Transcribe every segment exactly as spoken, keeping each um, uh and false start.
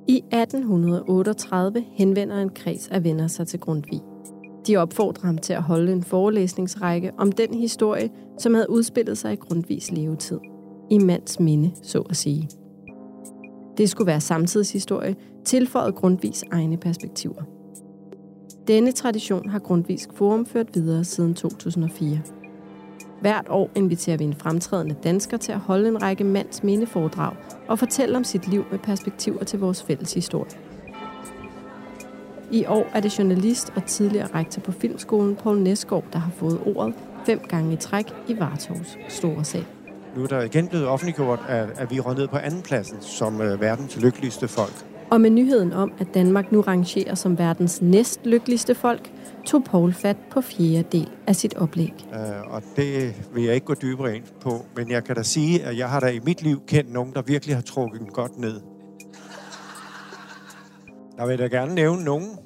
I atten otteogtredive henvender en kreds af venner sig til Grundtvig. De opfordrer ham til at holde en forelæsningsrække om den historie, som havde udspillet sig i Grundtvigs levetid. I mands minde, så at sige. Det skulle være samtidshistorie, tilføjet Grundtvigs egne perspektiver. Denne tradition har Grundtvigs Forum ført videre siden to tusind og fire. Hvert år inviterer vi en fremtrædende dansker til at holde en række mands mindeforedrag og fortælle om sit liv med perspektiver til vores fælles historie. I år er det journalist og tidligere rektor på Filmskolen, Poul Nesgaard, der har fået ordet fem gange i træk i Vartovs store sal. Nu er der igen blevet offentliggjort, at, at vi er ned på andenpladsen som uh, verdens lykkeligste folk. Og med nyheden om, at Danmark nu rangerer som verdens næstlykkeligste folk, tog Poul fat på fjerde del af sit oplæg. Uh, og det vil jeg ikke gå dybere ind på, men jeg kan da sige, at jeg har da i mit liv kendt nogen, der virkelig har trukket den godt ned. Jeg vil da gerne nævne nogen.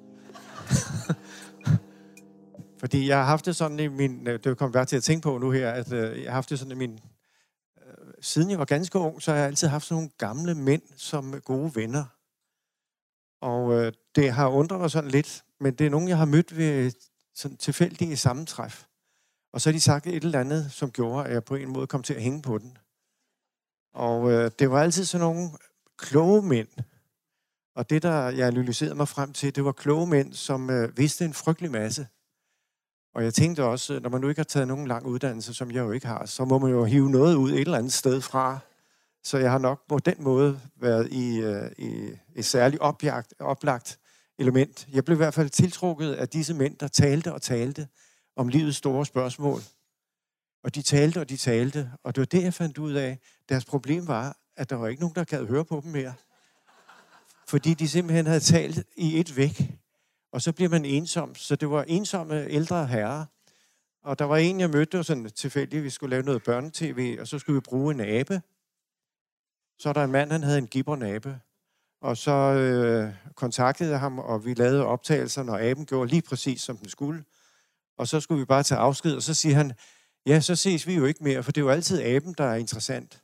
Fordi jeg har haft det sådan i min... Det kommer bare til at tænke på nu her, at jeg har haft det sådan i min... Siden jeg var ganske ung, så har jeg altid haft sådan nogle gamle mænd som gode venner. Og øh, det har undret mig sådan lidt, men det er nogen, jeg har mødt ved sådan tilfældige sammentræf. Og så har de sagt et eller andet, som gjorde, at jeg på en måde kom til at hænge på den. Og øh, det var altid sådan nogle kloge mænd. Og det, der jeg analyserede mig frem til, det var kloge mænd, som øh, vidste en frygtelig masse. Og jeg tænkte også, når man nu ikke har taget nogen lang uddannelse, som jeg jo ikke har, så må man jo hive noget ud et eller andet sted fra. Så jeg har nok på den måde været i, øh, i et særligt opjagt, oplagt element. Jeg blev i hvert fald tiltrukket af disse mænd, der talte og talte om livets store spørgsmål. Og de talte og de talte, og det var det, jeg fandt ud af. Deres problem var, at der var ikke nogen, der gad høre på dem mere. Fordi de simpelthen havde talt i et væk. Og så bliver man ensom. Så det var ensomme ældre herrer. Og der var en, jeg mødte, og sådan tilfældigt, vi skulle lave noget børnetv, og så skulle vi bruge en abe. Så er der en mand, han havde en gibbernabe. Og så øh, kontaktede jeg ham, og vi lavede optagelserne, og aben gjorde lige præcis, som den skulle. Og så skulle vi bare tage afsked, og så siger han, ja, så ses vi jo ikke mere, for det er jo altid aben, der er interessant.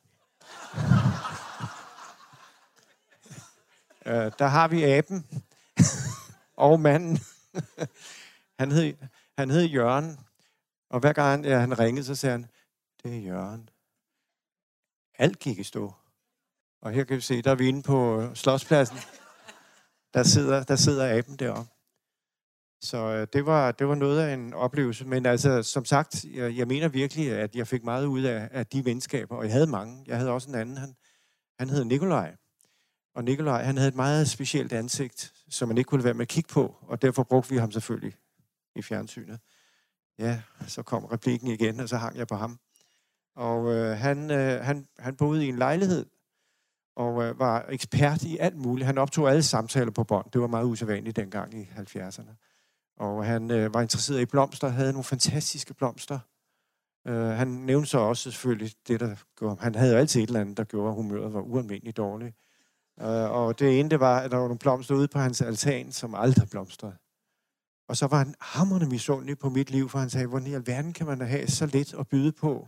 øh, der har vi aben. Og manden, han hed, han hed Jørgen, og hver gang ja, han ringede, så sagde han, det er Jørgen. Alt gik i stå. Og her kan vi se, der er vi inde på Slotspladsen. Der sidder, der sidder aben deroppe. Så øh, det, var, det var noget af en oplevelse. Men altså, som sagt, jeg, jeg mener virkelig, at jeg fik meget ud af, af de venskaber, og jeg havde mange. Jeg havde også en anden, han, han hed Nikolaj. Og Nikolaj, han havde et meget specielt ansigt, som man ikke kunne være med at kigge på, og derfor brugte vi ham selvfølgelig i fjernsynet. Ja, så kom replikken igen, og så hang jeg på ham. Og øh, han, øh, han, han boede i en lejlighed, og øh, var ekspert i alt muligt. Han optog alle samtaler på bånd. Det var meget usædvanligt dengang i halvfjerdserne. Og han øh, var interesseret i blomster, havde nogle fantastiske blomster. Uh, han nævnte så også selvfølgelig det, der gjorde... Han havde jo altid et eller andet, der gjorde, at humøret var ualmindeligt dårligt. Uh, og det ene, det var, at der var nogle blomster ude på hans altan, som aldrig blomstrede. Og så var han hamrende misundelig på mit liv, for han sagde, hvordan i alverden kan man da have så lidt at byde på?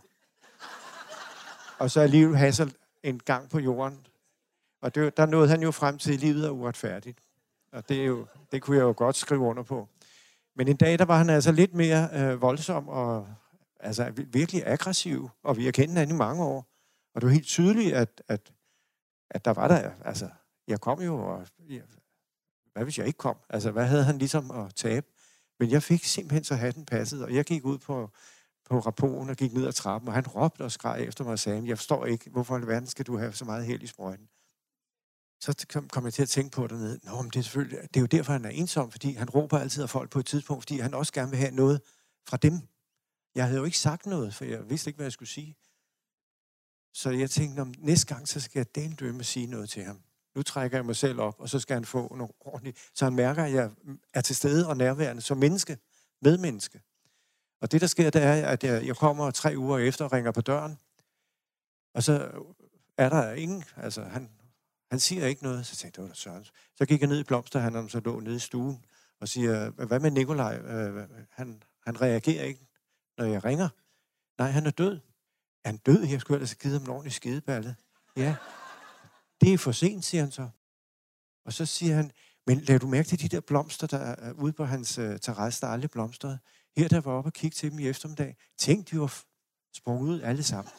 Og så alligevel have så en gang på jorden. Og det, der nåede han jo frem til, at livet er uretfærdigt. Og det, er jo, det kunne jeg jo godt skrive under på. Men en dag, der var han altså lidt mere øh, voldsom og altså, virkelig aggressiv. Og vi har kendt hinanden i mange år. Og det var helt tydeligt, at, at, at der var der... Altså, jeg kom jo, og... Ja, hvad hvis jeg ikke kom? Altså, hvad havde han ligesom at tabe? Men jeg fik simpelthen så hatten passet, og jeg gik ud på, på rapporten og gik ned ad trappen, og han råbte og skreg efter mig og sagde, jeg forstår ikke, hvorfor i verden skal du have så meget held i sprøjten? Så kom, kom jeg til at tænke på dernede, nå, men det er selvfølgelig, det er jo derfor, han er ensom, fordi han råber altid af folk på et tidspunkt, fordi han også gerne vil have noget fra dem. Jeg havde jo ikke sagt noget, for jeg vidste ikke, hvad jeg skulle sige. Så jeg tænkte, om næste gang, så skal jeg dændømme sige noget til ham. Nu trækker jeg mig selv op, og så skal han få noget ordentligt. Så han mærker, at jeg er til stede og nærværende som menneske, medmenneske. Og det, der sker, det er, at jeg, jeg kommer tre uger efter og ringer på døren. Og så er der ingen, altså han, han siger ikke noget. Så tænkte jeg, det var Søren. Så gik jeg ned i blomsterhandleren, så lå nede i stuen, og siger, hvad med Nikolaj? Øh, han, han reagerer ikke, når jeg ringer. Nej, han er død. Er han død? Jeg skulle ellers have givet ham en ordentlig skideballe. Ja. Det er for sent, siger han så. Og så siger han, men lad du mærke til de der blomster, der er ude på hans uh, terrasse, der er aldrig blomstret. Her der var oppe og kigge til dem i eftermiddag. Tænk, de var sprunget ud alle sammen.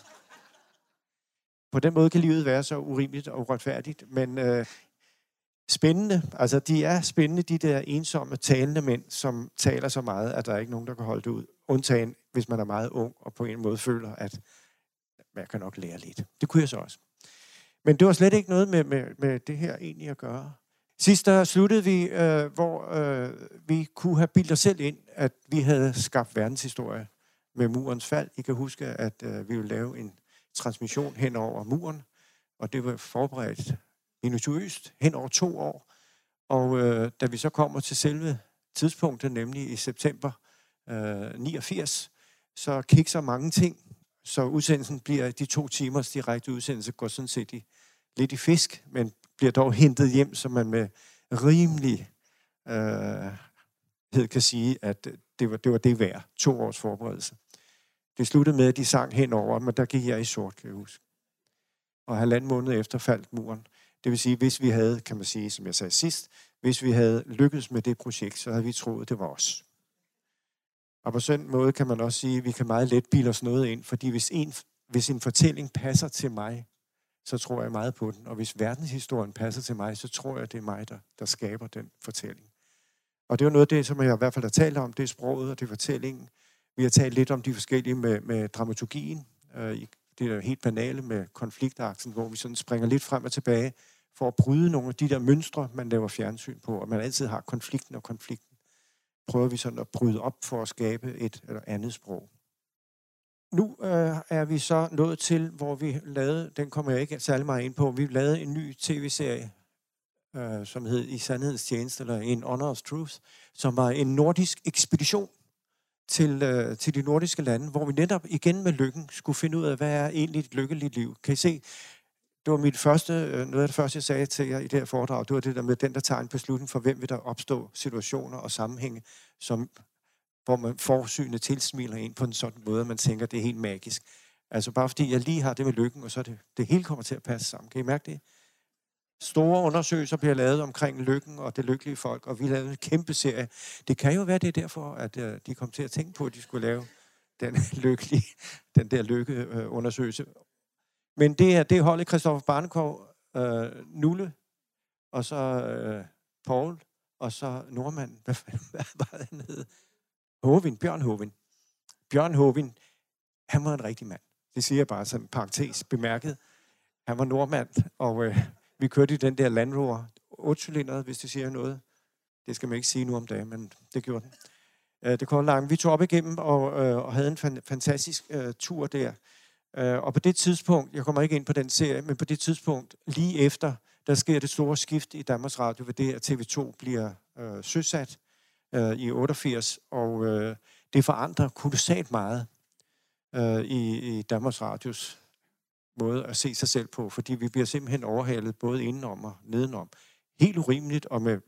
På den måde kan livet være så urimeligt og uretfærdigt, men øh, spændende. Altså, de er spændende, de der ensomme, talende mænd, som taler så meget, at der er ikke nogen, der kan holde det ud. Undtagen, hvis man er meget ung og på en måde føler, at man kan nok lære lidt. Det kunne jeg så også. Men det var slet ikke noget med, med, med det her egentlig at gøre. Sidst der sluttede vi, øh, hvor øh, vi kunne have bildt os selv ind, at vi havde skabt verdenshistorie med murens fald. I kan huske, at øh, vi ville lave en transmission hen over muren, og det var forberedt minutiøst hen over to år. Og øh, da vi så kommer til selve tidspunktet, nemlig i september øh, niogfirs, så kikser mange ting, så udsendelsen bliver de to timers direkte udsendelse, går sådan set i, lidt i fisk, men bliver dog hentet hjem, så man med rimelig øh, hed kan sige, at det var, det var det værd. To års forberedelse. Det sluttede med, at de sang henover, men der gik jeg i sort, kan jeg huske. Og halvanden måned efter faldt muren. Det vil sige, hvis vi havde, kan man sige, som jeg sagde sidst, hvis vi havde lykkedes med det projekt, så havde vi troet, det var os. Og på sådan en måde kan man også sige, at vi kan meget let bilde os noget ind, fordi hvis en, hvis en fortælling passer til mig, så tror jeg meget på den. Og hvis verdenshistorien passer til mig, så tror jeg, det er mig, der, der skaber den fortælling. Og det er jo noget af det, som jeg i hvert fald har talt om, det er sproget og det er fortællingen. Vi har talt lidt om de forskellige med, med dramaturgien. Det er helt banale med konfliktaksen, hvor vi sådan springer lidt frem og tilbage for at bryde nogle af de der mønstre, man laver fjernsyn på, og man altid har konflikten og konflikten. Prøver vi sådan at bryde op for at skabe et eller andet sprog. Nu øh, er vi så nået til, hvor vi lavede, den kommer jeg ikke særlig meget ind på, vi lavede en ny tv-serie, øh, som hed I Sandhedens Tjeneste, eller In Honor of Truth, som var en nordisk ekspedition til, øh, til de nordiske lande, hvor vi netop igen med lykken skulle finde ud af, hvad er egentlig et lykkeligt liv. Kan I se, det var mit første, øh, noget af det første, jeg sagde til jer i det her foredrag, det var det der med den, der tager en beslutning for, hvem vil der opstå situationer og sammenhænge, som, hvor man forsynet tilsmiler ind på en sådan måde, at man tænker, det er helt magisk. Altså bare fordi jeg lige har det med lykken, og så det, det hele kommer til at passe sammen. Kan I mærke det? Store undersøgelser bliver lavet omkring lykken og det lykkelige folk, og vi lavede en kæmpe serie. Det kan jo være, det er derfor, at uh, de kom til at tænke på, at de skulle lave den lykkelige, den der lykkeundersøgelse. Uh, Men det er, det er holdet Christoffer Barnekow, uh, Nulle, og så uh, Paul, og så nordmanden. Hvad, hvad var han hed? Hovin, Bjørn Hovin. Bjørn Hovin, han var en rigtig mand. Det siger jeg bare som parentes bemærket. Han var nordmand, og uh, vi kørte i den der Land Rover, otte-cylindret, hvis det siger noget. Det skal man ikke sige nu om dagen, men det gjorde den. Uh, det kom langt. Vi tog op igennem og, uh, og havde en fan, fantastisk uh, tur der. Uh, og på det tidspunkt, jeg kommer ikke ind på den serie, men på det tidspunkt, lige efter, der sker det store skift i Danmarks Radio, ved det, at T V to bliver uh, søsat uh, i otteogfirs, og uh, det forandrer kolossalt meget uh, i, i Danmarks Radios måde at se sig selv på, fordi vi bliver simpelthen overhalet både indenom og nedenom. Helt urimeligt, og med,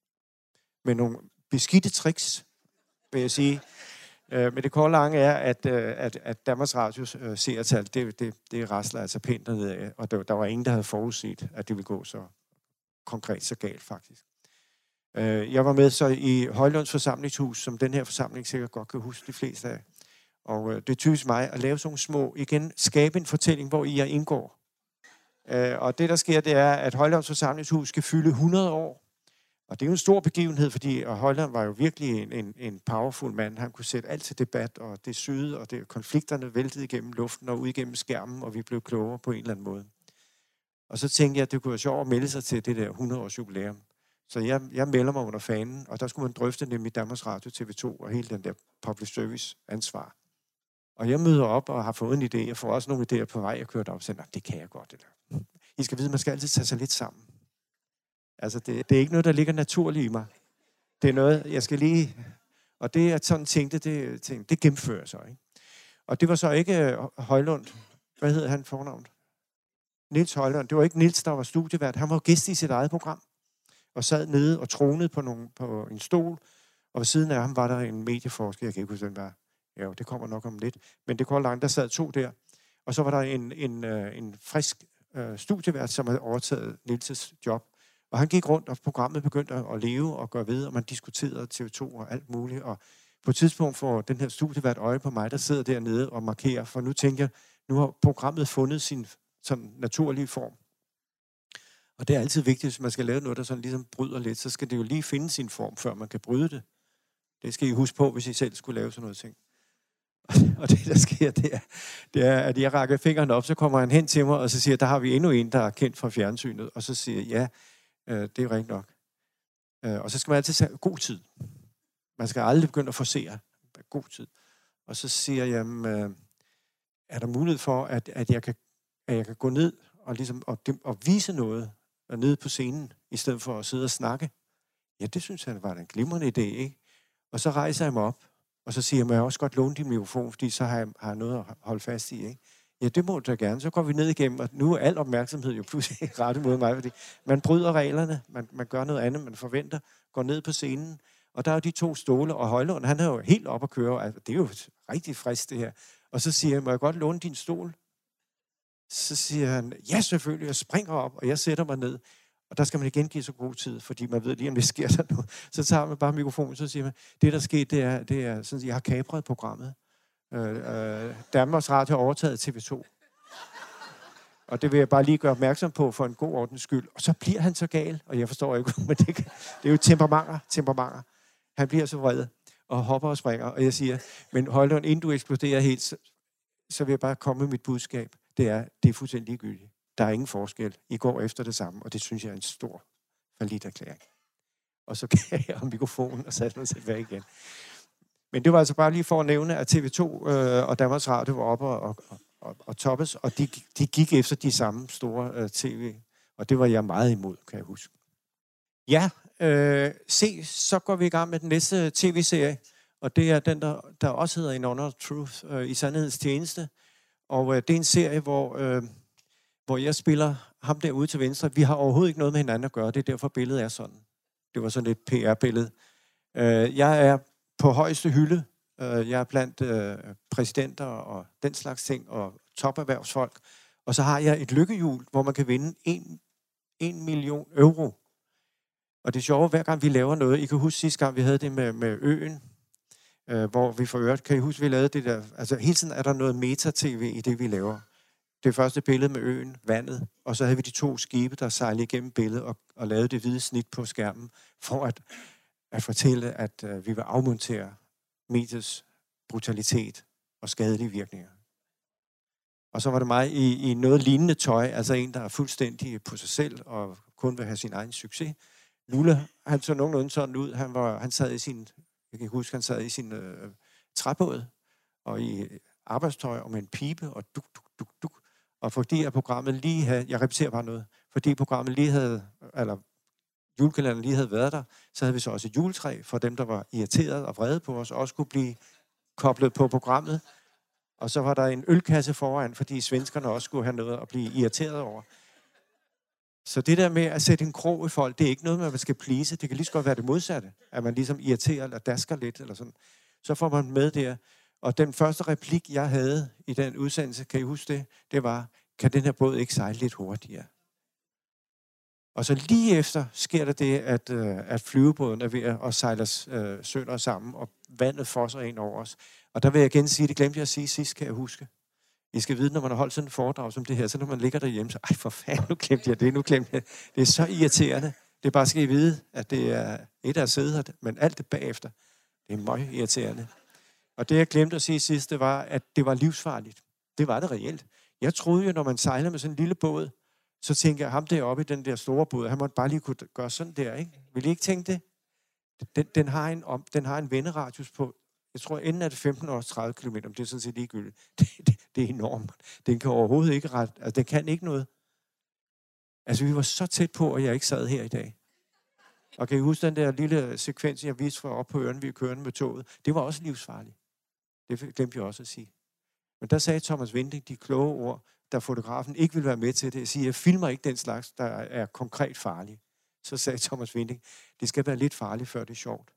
med nogle beskidte tricks, vil jeg sige. Uh, men det korte lange er, at, uh, at, at Danmarks Radios uh, seertal, det, det, det rasler altså pænt dernede af, og der, der var ingen, der havde forudset, at det ville gå så konkret, så galt faktisk. Uh, jeg var med så i Højlunds forsamlingshus, som den her forsamling sikkert godt kan huske de fleste af. Og øh, det er typisk mig at lave sådan nogle små, igen, skabe en fortælling, hvor I jeg indgår. Øh, og det, der sker, det er, at Højlands forsamlingshus skal fylde hundrede år. Og det er jo en stor begivenhed, fordi Højland var jo virkelig en, en, en powerful mand. Han kunne sætte alt til debat, og det syede, og det, konflikterne væltede igennem luften og ud igennem skærmen, og vi blev klogere på en eller anden måde. Og så tænkte jeg, at det kunne være sjovt at melde sig til det der hundrede-års jubilæum. Så jeg, jeg melder mig under fanen, og der skulle man drøfte nemlig Danmarks Radio, T V to og hele den der public service ansvar. Og jeg møder op og har fået en idé. Jeg får også nogle idéer på vej, jeg kørte op og siger, det kan jeg godt. Det der. I skal vide, man skal altid tage sig lidt sammen. Altså, det, det er ikke noget, der ligger naturligt i mig. Det er noget, jeg skal lige... Og det, jeg sådan tænkte, det, tænkte, det gennemfører så, ikke? Og det var så ikke uh, Højlund. Hvad hed han fornavnet? Niels Højlund. Det var ikke Niels, der var studievært. Han var gæst i sit eget program. Og sad nede og tronede på, nogle, på en stol. Og ved siden af ham var der en medieforsker. Jeg kan ikke huske, hvem var. Ja, det kommer nok om lidt. Men det kom langt, der sad to der. Og så var der en, en, en frisk uh, studievært, som havde overtaget Nielses job. Og han gik rundt, og programmet begyndte at leve og gøre ved, og man diskuterede T V to og alt muligt. Og på et tidspunkt får den her studie været øje på mig, der sidder dernede og markerer, for nu tænker jeg, nu har programmet fundet sin sådan naturlige form. Og det er altid vigtigt, hvis man skal lave noget, der sådan ligesom bryder lidt, så skal det jo lige finde sin form, før man kan bryde det. Det skal I huske på, hvis I selv skulle lave sådan noget ting. Og det, der sker, det er, det er, at jeg rækker fingeren op, så kommer han hen til mig, og så siger, der har vi endnu en, der er kendt fra fjernsynet. Og så siger jeg, ja, øh, det er rigtigt nok. Øh, og så skal man altid tage god tid. Man skal aldrig begynde at forsere. God tid. Og så siger jeg, øh, er der mulighed for, at, at, jeg kan, at jeg kan gå ned og, ligesom, og, og vise noget nede på scenen, i stedet for at sidde og snakke? Ja, det synes jeg var en glimrende idé, ikke? Og så rejser jeg mig op, og så siger jeg, må jeg også godt låne din mikrofon, fordi så har jeg, har jeg noget at holde fast i, ikke? Ja, det må du da gerne. Så går vi ned igennem, og nu er al opmærksomhed jo pludselig rettet mod mig, fordi man bryder reglerne, man, man gør noget andet, man forventer, går ned på scenen, og der er jo de to stole, og Højlund, han er jo helt op at køre, altså, det er jo rigtig frisk det her. Og så siger jeg, må jeg godt låne din stol? Så siger han, ja selvfølgelig, jeg springer op, og jeg sætter mig ned. Og der skal man igen give så god tid, fordi man ved lige, om det sker der nu. Så tager man bare mikrofonen, så siger man, det der sker, det er, det er sådan, jeg har kapret programmet. Øh, øh, Danmarks Radio har overtaget T V to. Og det vil jeg bare lige gøre opmærksom på for en god ordens skyld. Og så bliver han så gal, og jeg forstår ikke, men det, det er jo temperamenter, temperamenter. Han bliver så vred og hopper og springer, og jeg siger, men Højlund, inden du eksploderer helt, så, så vil jeg bare komme med mit budskab. Det er, det er fuldstændig ligegyldigt. Der er ingen forskel. I går efter det samme, og det synes jeg er en stor falliterklæring. Og så gav jeg ham mikrofonen og satte mig tilbage igen. Men det var altså bare lige for at nævne, at T V to øh, og Danmarks Radio var oppe og, og, og, og toppes, og de, de gik efter de samme store øh, tv, og det var jeg meget imod, kan jeg huske. Ja, øh, se, så går vi i gang med den næste tv-serie, og det er den, der, der også hedder In Honor of Truth, øh, i sandhedens tjeneste. Og øh, det er en serie, hvor... Øh, hvor jeg spiller ham derude til venstre. Vi har overhovedet ikke noget med hinanden at gøre. Det er derfor, billedet er sådan. Det var sådan et P R-billede. Jeg er på højeste hylde. Jeg er blandt præsidenter og den slags ting, og toperhvervsfolk. Og så har jeg et lykkehjul, hvor man kan vinde en, en million euro. Og det er sjovt, hver gang vi laver noget. I kan huske sidste gang, vi havde det med, med øen, hvor vi for øvrigt, kan I huske, vi lavede det der. Altså hele tiden er der noget meta-tv i det, vi laver. Det første billede med øen, vandet, og så havde vi de to skibe, der sejlede igennem billedet og, og lavede det hvide snit på skærmen, for at, at fortælle, at uh, vi vil afmontere mediets brutalitet og skadelige virkninger. Og så var det mig i, i noget lignende tøj, altså en, der er fuldstændig på sig selv og kun vil have sin egen succes. Lule, han så nogenlunde sådan ud. Han, var, han sad i sin, jeg kan huske, han sad i sin øh, træbåd og i arbejdstøj og med en pibe og duk, duk, duk, duk. Og fordi at programmet lige havde, jeg repeterer bare noget, fordi programmet lige havde, eller julekalenderen lige havde været der, så havde vi så også et juletræ for dem, der var irriteret og vrede på os, og også kunne blive koblet på programmet. Og så var der en ølkasse foran, fordi svenskerne også skulle have noget at blive irriteret over. Så det der med at sætte en krog i folk, det er ikke noget, man skal please. Det kan lige så godt være det modsatte, at man ligesom irriterer eller dasker lidt, eller sådan. Så får man med der. Og den første replik, jeg havde i den udsendelse, kan I huske det? Det var, kan den her båd ikke sejle lidt hurtigere? Og så lige efter sker der det, at, øh, at flyvebåden er ved at sejle øh, sønder sammen, og vandet fosser ind over os. Og der vil jeg igen sige, det glemte jeg at sige sidst, kan jeg huske. I skal vide, når man har holdt sådan et foredrag som det her, så når man ligger derhjemme, så ej for fanden, nu glemte jeg det, nu glemte jeg det. Det er så irriterende. Det er bare, skal I vide, at det er et af at sidde her, men alt det bagefter, det er meget irriterende. Og det, jeg glemte at sige sidst, det var, at det var livsfarligt. Det var det reelt. Jeg troede jo, når man sejler med sådan en lille båd, så tænker jeg, ham deroppe i den der store båd, han måtte bare lige kunne gøre sådan der, ikke? Vil I ikke tænke det? Den, den, har, en om, den har en venderadius på, jeg tror, enden er det femten og tredive kilometer, men det er sådan set ligegyldigt. Det, det, det er enormt. Den kan overhovedet ikke ret, altså den kan ikke noget. Altså, vi var så tæt på, at jeg ikke sad her i dag. Og kan I huske den der lille sekvens, jeg viste for op på øren, vi kørte med toget? Det var også livsfarligt. Det glemte jeg også at sige. Men der sagde Thomas Winding de kloge ord, der fotografen ikke ville være med til det. Jeg siger, jeg filmer ikke den slags, der er konkret farlig. Så sagde Thomas Winding, det skal være lidt farligt, før det er sjovt.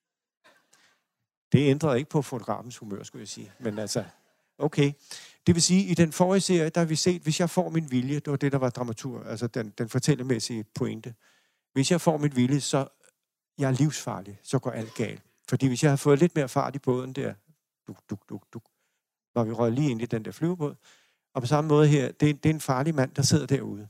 Det ændrede ikke på fotografens humør, skulle jeg sige. Men altså, okay. Det vil sige, i den forrige serie, der har vi set, hvis jeg får min vilje, det var det, der var dramatur, altså den, den fortællemæssige pointe. Hvis jeg får mit vilje, så jeg er livsfarlig, så går alt galt. Fordi hvis jeg har fået lidt mere fart i båden der, duk, duk, duk, duk, hvor vi røg lige ind i den der flyvebåd, og på samme måde her, det er, det er en farlig mand, der sidder derude.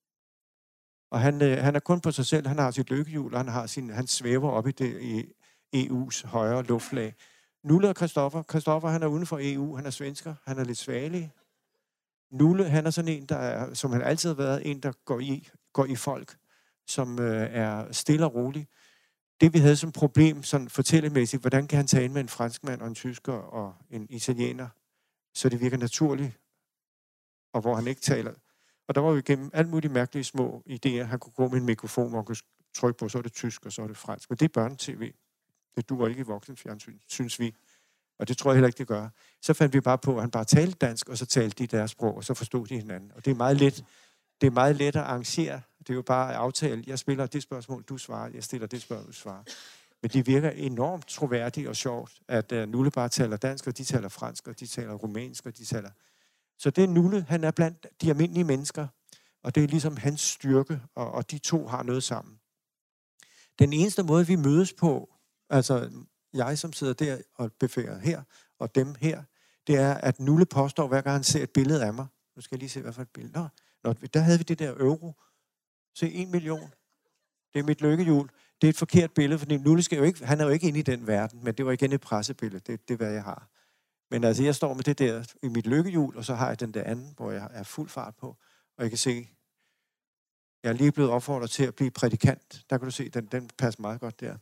Og han, øh, han er kun på sig selv, han har sit lykkehjul, og han, har sin, han svæver op i, det, i E U's højere luftlag. Nulle og Christoffer. Christoffer, han er uden for E U, han er svensker, han er lidt svagelig. Nulle, han er sådan en, der er, som han altid har været, en, der går i, går i folk, som øh, er stille og rolig. Det, vi havde som problem, sådan fortællemæssigt, hvordan kan han tale med en franskmand og en tysker og en italiener, så det virker naturligt, og hvor han ikke taler. Og der var vi igennem alle mulige mærkelige små idéer. Han kunne gå med en mikrofon, hvor han kunne trykke på, så er det tysk, og så er det fransk. Men det er børne-tv. Det duer ikke i voksenfjernsyn, synes vi. Og det tror jeg heller ikke, det gør. Så fandt vi bare på, at han bare talte dansk, og så talte de deres sprog, og så forstod de hinanden. Og det er meget let, det er meget let at arrangere. Det er jo bare at aftale. Jeg spiller det spørgsmål, du svarer. Jeg stiller det spørgsmål, du svarer. Men det virker enormt troværdigt og sjovt, at uh, Nulle bare taler dansk, og de taler fransk, og de taler rumænsk, og de taler... Så det er Nulle, han er blandt de almindelige mennesker, og det er ligesom hans styrke, og, og de to har noget sammen. Den eneste måde, vi mødes på, altså jeg, som sidder der og befinder her, og dem her, det er, at Nulle påstår, hver gang han ser et billede af mig. Nu skal jeg lige se, hvad for et billede. Nå, Nå der havde vi det der euro. Se, en million. Det er mit lykkehjul. Det er et forkert billede, for Nulle skal jo ikke, han er jo ikke inde i den verden, men det var igen et pressebillede. Det, det er, hvad jeg har. Men altså, jeg står med det der i mit lykkehjul, og så har jeg den der anden, hvor jeg er fuld fart på, og jeg kan se, jeg er lige blevet opfordret til at blive prædikant. Der kan du se, den, den passer meget godt der.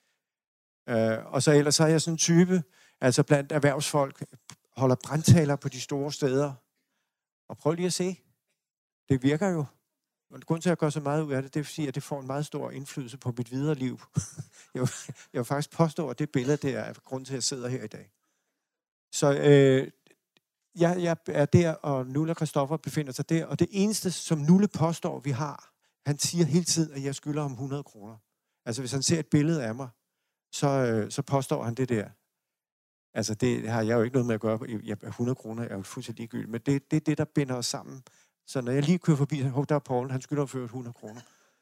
Uh, og så ellers så er jeg sådan en type, altså blandt erhvervsfolk, holder brandtaler på de store steder. Og prøv lige at se. Det virker jo. Og grunden til at gøre så meget ud af det, det er fordi, at det får en meget stor indflydelse på mit videre liv. jeg, vil, jeg vil faktisk påstå, at det billede, det er grunden til, at jeg sidder her i dag. Så øh, jeg, jeg er der, og Nulle og Christoffer befinder sig der, og det eneste, som Nulle påstår, vi har, han siger hele tiden, at jeg skylder ham hundrede kroner. Altså, hvis han ser et billede af mig, så, øh, så påstår han det der. Altså, det har jeg jo ikke noget med at gøre. Jeg, hundrede kroner er jo fuldstændig ligegyldigt, men det, det er det, der binder os sammen. Så når jeg lige kører forbi, hov, der er Poul, han skylder for hundrede kroner.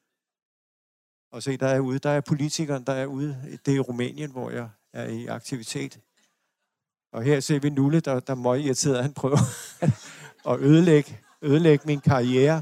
Og se, der er ude, der er politikeren, der er ude, det er i Rumænien, hvor jeg er i aktivitet. Og her ser vi Nulle, der, der er meget irriteret, han prøver at ødelægge, ødelægge min karriere.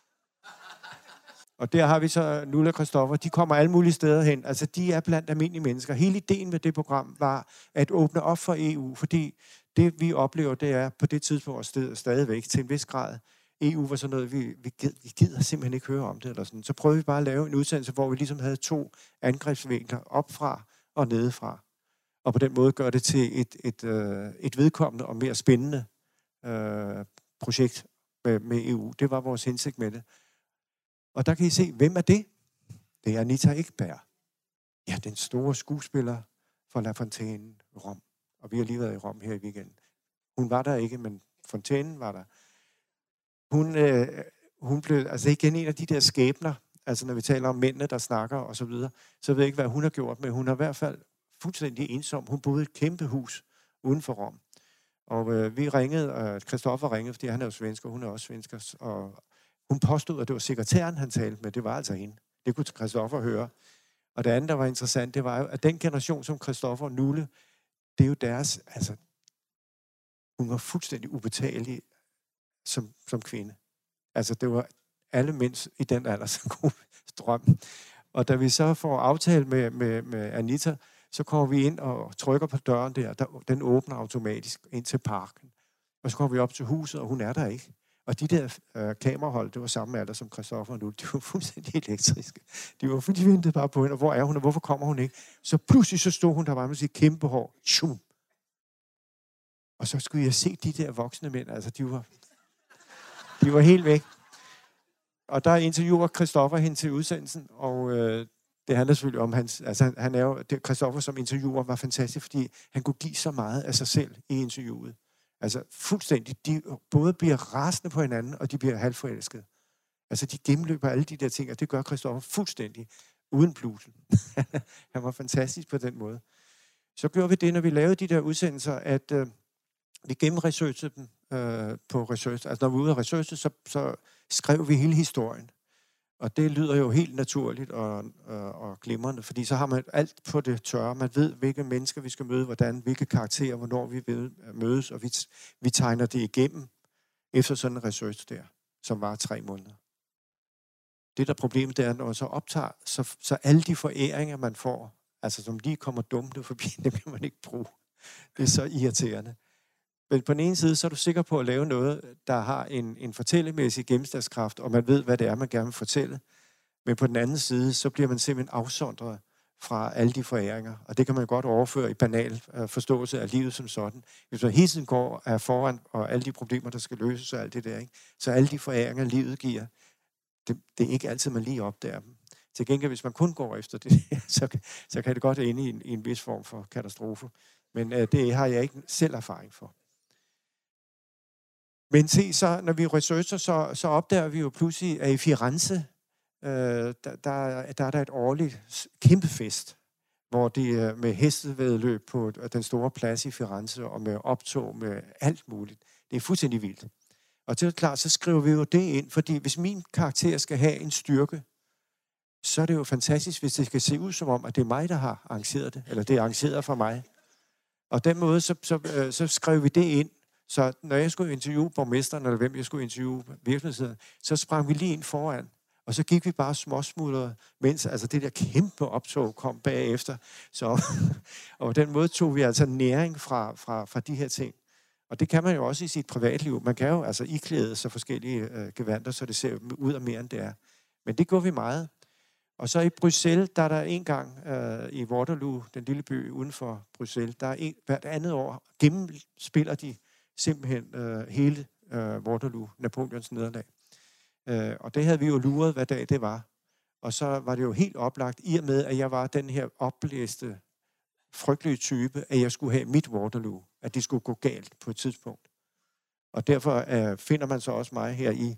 Og der har vi så Nulle og Christoffer, de kommer alle mulige steder hen. Altså, de er blandt almindelige mennesker. Hele ideen med det program var at åbne op for E U, fordi det, vi oplever, det er på det tidspunkt stadigvæk til en vis grad. E U var sådan noget, vi, vi, gider, vi gider simpelthen ikke høre om det. Eller sådan. Så prøvede vi bare at lave en udsendelse, hvor vi ligesom havde to angrebsvinkler, opfra og nedefra. Og på den måde gør det til et, et, øh, et vedkommende og mere spændende øh, projekt med, med E U. Det var vores hensigt med det. Og der kan I se, hvem er det? Det er Anita Ekberg. Ja, den store skuespiller fra La Fontaine, Rom. Og vi har lige været i Rom her i weekenden. Hun var der ikke, men Fontaine var der. Hun, øh, hun blev altså igen en af de der skæbner, altså når vi taler om mændene, der snakker og så videre, så ved jeg ikke, hvad hun har gjort, men hun har i hvert fald fuldstændig ensom. Hun boede i et kæmpe hus uden for Rom. Og øh, vi ringede, og Christoffer ringede, fordi han er jo svensker, hun er også svensker, og hun påstod, at det var sekretæren, han talte med. Det var altså hende. Det kunne Christoffer høre. Og det andet, der var interessant, det var jo, at den generation som Christoffer og Nulle, det er jo deres, altså, hun var fuldstændig ubetalelig som, som kvinde. Altså, det var alle mænd i den alder, som kunne drømme. Og da vi så får aftalt med, med, med Anita, så kommer vi ind og trykker på døren der, der, den åbner automatisk ind til parken. Og så kommer vi op til huset, og hun er der ikke. Og de der øh, kamerahold, det var samme alder som Christoffer og Nulle, de var fuldstændig elektriske. De var de ventede bare på hende, og hvor er hun, og hvorfor kommer hun ikke? Så pludselig så stod hun der bare med sit kæmpe hår. Tjum. Og så skulle jeg se de der voksne mænd, altså de var, de var helt væk. Og der interviewer Christoffer hende til udsendelsen, og øh, det handler selvfølgelig om hans, altså han, han er jo, det, Christoffer som interviewer var fantastisk, fordi han kunne give så meget af sig selv i interviewet. Altså fuldstændig, de både bliver rasende på hinanden, og de bliver halvforelskede. Altså de gennemløber alle de der ting, og det gør Christoffer fuldstændig uden blusen. Han var fantastisk på den måde. Så gjorde vi det, når vi lavede de der udsendelser, at øh, vi gennemresearchede dem øh, på research. Altså når vi var ude af research, så, så skrev vi hele historien. Og det lyder jo helt naturligt og, og, og glimrende, fordi så har man alt på det tørre. Man ved, hvilke mennesker vi skal møde, hvordan, hvilke karakterer, hvornår vi vil mødes, og vi, vi tegner det igennem efter sådan en research der, som var tre måneder. Det der problemet, det er, når man så optager, så, så alle de foræringer, man får, altså som lige kommer dumpende forbi, dem kan man ikke bruge. Det er så irriterende. Men på den ene side, så er du sikker på at lave noget, der har en, en fortællemæssig gennemslagskraft, og man ved, hvad det er, man gerne vil fortælle. Men på den anden side, så bliver man simpelthen afsondret fra alle de foræringer. Og det kan man godt overføre i banal uh, forståelse af livet som sådan. Hvis man hele tiden går er foran, og alle de problemer, der skal løses og alt det der, ikke? Så alle de foræringer, livet giver, det, det er ikke altid, man lige opdager dem. Til gengæld, hvis man kun går efter det, så, så kan det godt ende i en, i en vis form for katastrofe. Men uh, det har jeg ikke selv erfaring for. Men se, så, når vi researcher, så, så opdager vi jo pludselig, at i Firenze, øh, der, der, der er der et årligt kæmpe fest, hvor det med hestevæddeløb på den store plads i Firenze, og med optog med alt muligt. Det er fuldstændig vildt. Og til klart, så skriver vi jo det ind, fordi hvis min karakter skal have en styrke, så er det jo fantastisk, hvis det skal se ud som om, at det er mig, der har arrangeret det, eller det er arrangeret for mig. Og den måde, så, så, øh, så skrev vi det ind. Så når jeg skulle interviewe borgmesteren, eller hvem jeg skulle interviewe virksomheden, så sprang vi lige ind foran. Og så gik vi bare småsmuldrede, mens altså det der kæmpe optog kom bagefter. Så, og på den måde tog vi altså næring fra, fra, fra de her ting. Og det kan man jo også i sit privatliv. Man kan jo altså iklæde sig forskellige øh, gevanter, så det ser ud af mere end det er. Men det går vi meget. Og så i Bruxelles, der er der en gang øh, i Waterloo, den lille by uden for Bruxelles, der er en, hvert andet år gennemspiller de simpelthen øh, hele øh, Waterloo, Napoleons nederlag. Øh, og det havde vi jo luret, hvad dag det var. Og så var det jo helt oplagt, i og med, at jeg var den her opblæste, frygtelige type, at jeg skulle have mit Waterloo, at det skulle gå galt på et tidspunkt. Og derfor øh, finder man så også mig her i.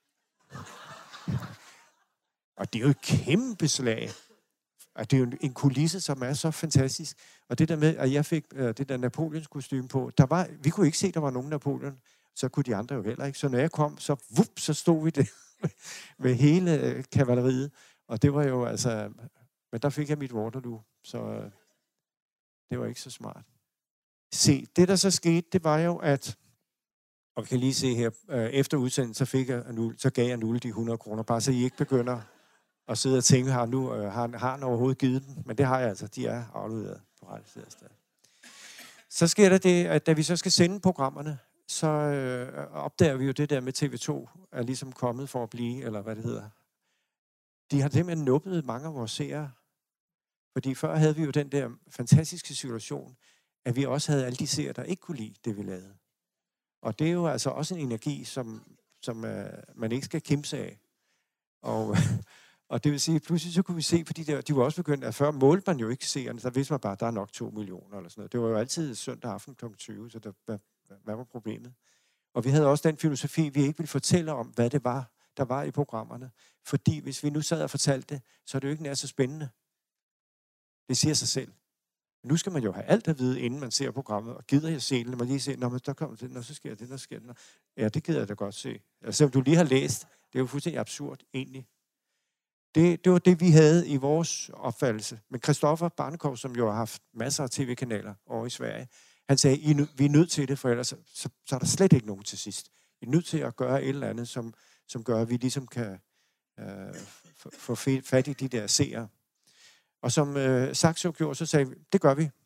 Og det er jo et kæmpe slag. Og det er jo en kulisse, som er så fantastisk. Og det der med, at jeg fik øh, det der Napoleons kostume på, der var, vi kunne ikke se, der var nogen Napoleon, så kunne de andre jo heller ikke. Så når jeg kom, så vup, så stod vi der med hele øh, kavaleriet. Og det var jo altså, men der fik jeg mit Waterloo, så øh, det var ikke så smart. Se, det der så skete, det var jo, at, og vi kan lige se her, øh, efter udsendelsen, så, fik jeg, så gav jeg Nulle de hundrede kroner, bare så I ikke begynder og sidde og tænke, har, nu, øh, har, har han overhovedet givet dem? Men det har jeg altså. De er afleveret på rette sted. Så sker der det, at da vi så skal sende programmerne, så øh, opdager vi jo det der med T V to er ligesom kommet for at blive, eller hvad det hedder. De har simpelthen nuppet mange af vores seere. Fordi før havde vi jo den der fantastiske situation, at vi også havde alle de seere, der ikke kunne lide det, vi lavede. Og det er jo altså også en energi, som, som øh, man ikke skal kæmpe sig af. Og... Og det vil sige, pludselig så kunne vi se på de der, de var også begyndt, at før målte man jo ikke seerne, så vidste man bare, at der er nok to millioner eller sådan noget. Det var jo altid søndag aften klokken tyve, så der, hvad, hvad var problemet? Og vi havde også den filosofi, vi ikke ville fortælle om, hvad det var, der var i programmerne. Fordi hvis vi nu sad og fortalte det, så er det jo ikke nær så spændende. Det siger sig selv. Men nu skal man jo have alt at vide, inden man ser programmet, og gider jeg se det, når man lige ser, når der kommer det, når så sker det, når sker det. Ja, det gider jeg da godt se. Altså, selvom du lige har læst, det er jo fuldstændig absurd, egentlig. Det, det var det, vi havde i vores opfattelse. Men Christoffer Barnekow, som jo har haft masser af tv-kanaler over i Sverige, han sagde, I, vi er nødt til det, for ellers så, så, så er der slet ikke nogen til sidst. Vi er nødt til at gøre et eller andet, som, som gør, at vi ligesom kan øh, få fat i de der seere. Og som øh, Saxo gjorde, så sagde vi, det gør vi.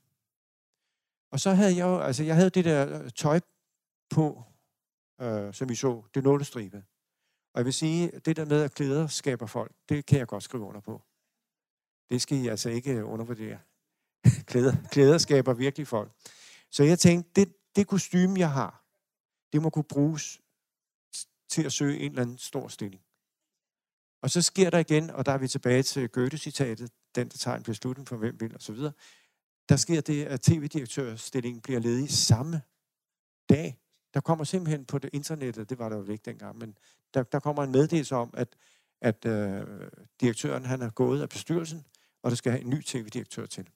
Og så havde jeg jo, altså jeg havde det der tøj på, øh, som vi så, det nålestribe. Og jeg vil sige, det der med, at klæder skaber folk, det kan jeg godt skrive under på. Det skal I altså ikke undervurdere. klæder, klæder skaber virkelig folk. Så jeg tænkte, det, det kostume, jeg har, det må kunne bruges til at søge en eller anden stor stilling. Og så sker der igen, og der er vi tilbage til Goethe-citatet, den der tager en beslutning for hvem vil, og så videre. Der sker det, at tv-direktørstillingen bliver ledig samme dag. Der kommer simpelthen på det internettet, det var der jo ikke dengang, men der, der kommer en meddelelse om, at, at øh, direktøren han er gået af bestyrelsen, og der skal have en ny tv-direktør til.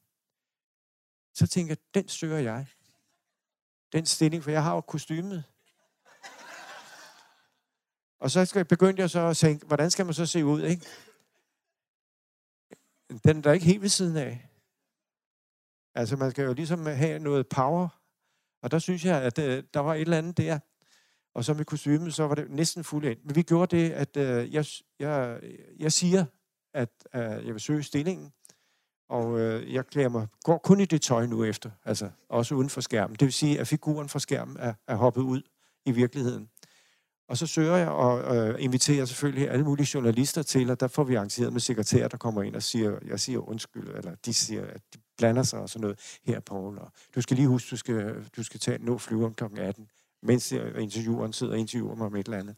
Så tænker jeg, den søger jeg. Den stilling, for jeg har jo kostymet. Og så skal, begyndte jeg så at tænke, hvordan skal man så se ud, ikke? Den er der ikke helt ved siden af. Altså, man skal jo ligesom have noget power. Og der synes jeg, at øh, der var et eller andet der. Og så med kostymen, så var det næsten fuldt ind. Men vi gjorde det, at øh, jeg, jeg, jeg siger, at øh, jeg vil søge stillingen. Og øh, jeg klæder mig, går kun i det tøj nu efter. Altså, også uden for skærmen. Det vil sige, at figuren fra skærmen er, er hoppet ud i virkeligheden. Og så søger jeg og øh, inviterer selvfølgelig alle mulige journalister til, og der får vi arrangeret med sekretærer, der kommer ind og siger, jeg siger undskyld, eller de siger, at de blander sig og sådan noget her, Poul. Og du skal lige huske, du skal, du skal tage nå flyveren klokken atten, mens intervieweren sidder og interviewer mig om et eller andet.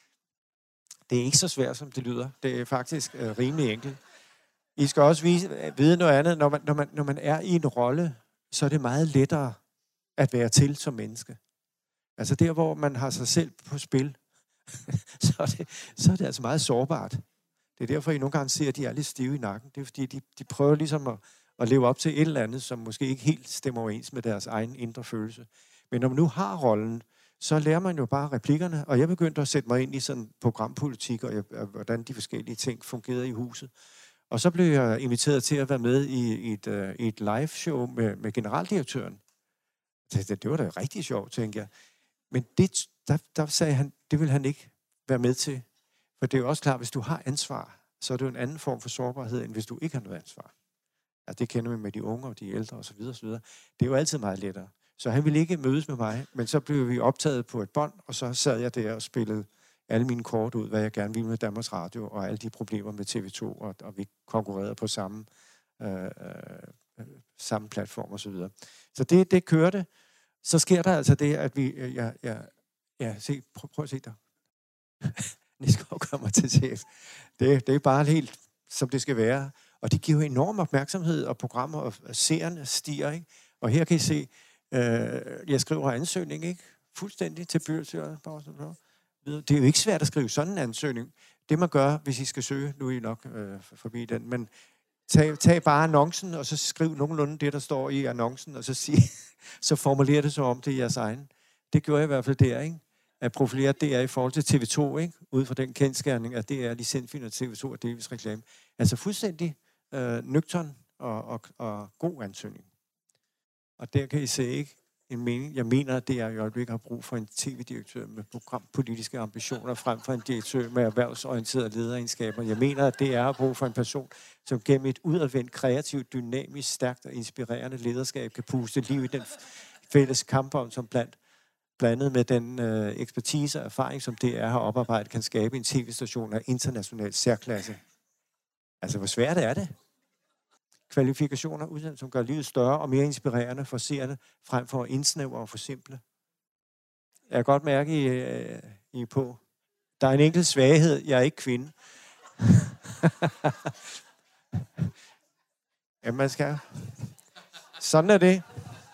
Det er ikke så svært, som det lyder. Det er faktisk øh, rimelig enkelt. I skal også vise, vide noget andet. Når man, når, man, når man er i en rolle, så er det meget lettere at være til som menneske. Altså der, hvor man har sig selv på spil, så, er det, så er det altså meget sårbart. Det er derfor, I nogle gange ser, at de er lidt stive i nakken. Det er fordi, de, de prøver ligesom at, at leve op til et eller andet, som måske ikke helt stemmer overens med deres egen indre følelse. Men når man nu har rollen, så lærer man jo bare replikkerne, og jeg begyndte at sætte mig ind i sådan programpolitik, og, jeg, og hvordan de forskellige ting fungerede i huset. Og så blev jeg inviteret til at være med i, i et, uh, et live-show med, med generaldirektøren. Det, det, det var da rigtig sjovt, tænker jeg. Men det, der, der sagde han, det vil han ikke være med til. For det er jo også klart, hvis du har ansvar, så er det jo en anden form for sårbarhed, end hvis du ikke har noget ansvar. Altså, det kender vi med de unge og de ældre osv. osv. Det er jo altid meget lettere. Så han ville ikke mødes med mig, men så blev vi optaget på et bånd, og så sad jeg der og spillede alle mine kort ud, hvad jeg gerne ville med Danmarks Radio, og alle de problemer med T V to, og, og vi konkurrerede på samme, øh, øh, samme platform osv. Så, videre. Så det, det kørte. Så sker der altså det, at vi... Ja, ja, ja se, prøv, prøv at se der. Niskov kommer til chef. Det, det er bare helt, som det skal være. Og det giver jo enorm opmærksomhed, og programmer og seerne stiger, ikke? Og her kan I se, øh, jeg skriver ansøgning, ikke? Fuldstændig til byrådsøger. Det er jo ikke svært at skrive sådan en ansøgning. Det man gør, hvis I skal søge, nu er I nok øh, forbi den, men tag, tag bare annoncen, og så skriv nogenlunde det, der står i annoncen, og så, sig, så formulerer det så om det er jeres egen. Det gjorde jeg i hvert fald der, ikke? At profilere det er i forhold til T V to, ikke? Ud fra den kendskærning, at det er licensfinansieret T V to og delvis reklame. Altså fuldstændig øh, nøgtern og, og, og god ansøgning. Og der kan I se, ikke? En mening. Jeg mener, at det er i øjeblikket har brug for en tv-direktør med programpolitiske ambitioner, frem for en direktør med erhvervsorienterede lederegenskaber. Jeg mener, at det er at brug for en person, som gennem et udadvendt, kreativt, dynamisk, stærkt og inspirerende lederskab kan puste liv i den fælles kampånd, som blandt blandet med den øh, ekspertise og erfaring, som D R har oparbejdet, kan skabe en tv-station af international særklasse. Altså, hvor svært er det? Kvalifikationer, uddannelse, som gør livet større og mere inspirerende for seerne, frem for at indsnævre og forsimple. Jeg kan godt mærke, I, øh, I er på. Der er en enkelt svaghed. Jeg er ikke kvinde. Jamen, man skal. Sådan er det.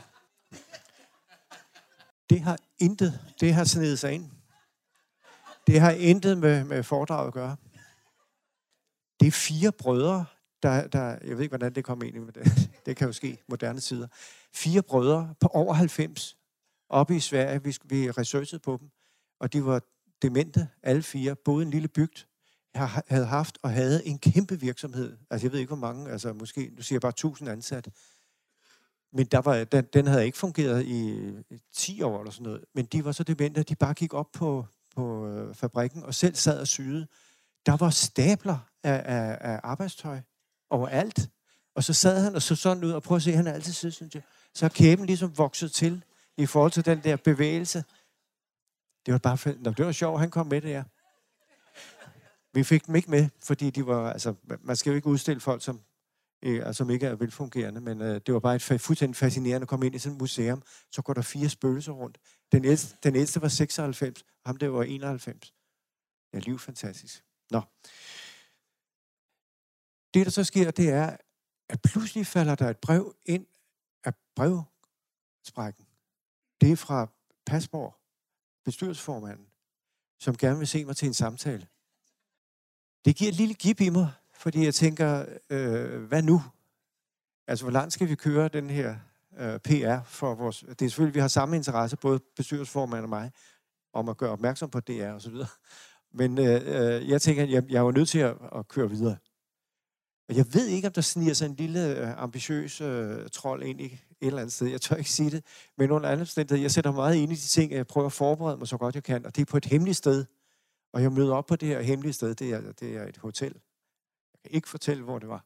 Det har intet, det har snedet sig ind. Det har intet med, med foredrag at gøre. Det er fire brødre, der, der, jeg ved ikke, hvordan det kom ind i, det, det kan jo ske moderne tider. Fire brødre på over halvfems, oppe i Sverige, vi, vi researchede på dem, og de var demente, alle fire, boede i en lille bygd, havde haft og havde en kæmpe virksomhed. Altså, jeg ved ikke, hvor mange, altså måske, du siger bare tusind ansatte. Men der var, den, den havde ikke fungeret i ti år eller sådan noget. Men de var så demente, at de bare gik op på, på øh, fabrikken og selv sad og syede. Der var stabler af, af, af arbejdstøj overalt. Og så sad han og så sådan ud, og prøv at se, han er altid siddet, synes jeg. Så har kæben ligesom vokset til i forhold til den der bevægelse. Det var bare, Nå, det var sjovt, han kom med det, ja. Vi fik dem ikke med, fordi de var, altså, man skal jo ikke udstille folk, som Øh, som ikke er velfungerende, men øh, det var bare et fuldstændig fascinerende at komme ind i sådan et museum, så går der fire spøgelser rundt. Den ældste, den ældste var seksoghalvfems, ham der var enoghalvfems. Det er livsfantastisk. Nå. Det, der så sker, det er, at pludselig falder der et brev ind af brevsprækken. Det er fra Pasborg, bestyrelsesformanden, som gerne vil se mig til en samtale. Det giver et lille gib i mig, fordi jeg tænker, øh, hvad nu? Altså, hvor langt skal vi køre den her øh, P R for vores... Det er selvfølgelig, vi har samme interesse, både bestyrelsesformand og mig, om at gøre opmærksom på D R og så videre. Men øh, jeg tænker, at jeg, jeg er jo nødt til at, at køre videre. Og jeg ved ikke, om der sniger sig en lille øh, ambitiøs øh, trold ind i et eller andet sted. Jeg tør ikke sige det. Men under alle omstændigheder, jeg sætter meget ind i de ting, at jeg prøver at forberede mig så godt jeg kan. Og det er på et hemmeligt sted. Og jeg møder op på det her hemmelige sted. Det er, det er et hotel. Jeg kan ikke fortælle, hvor det var.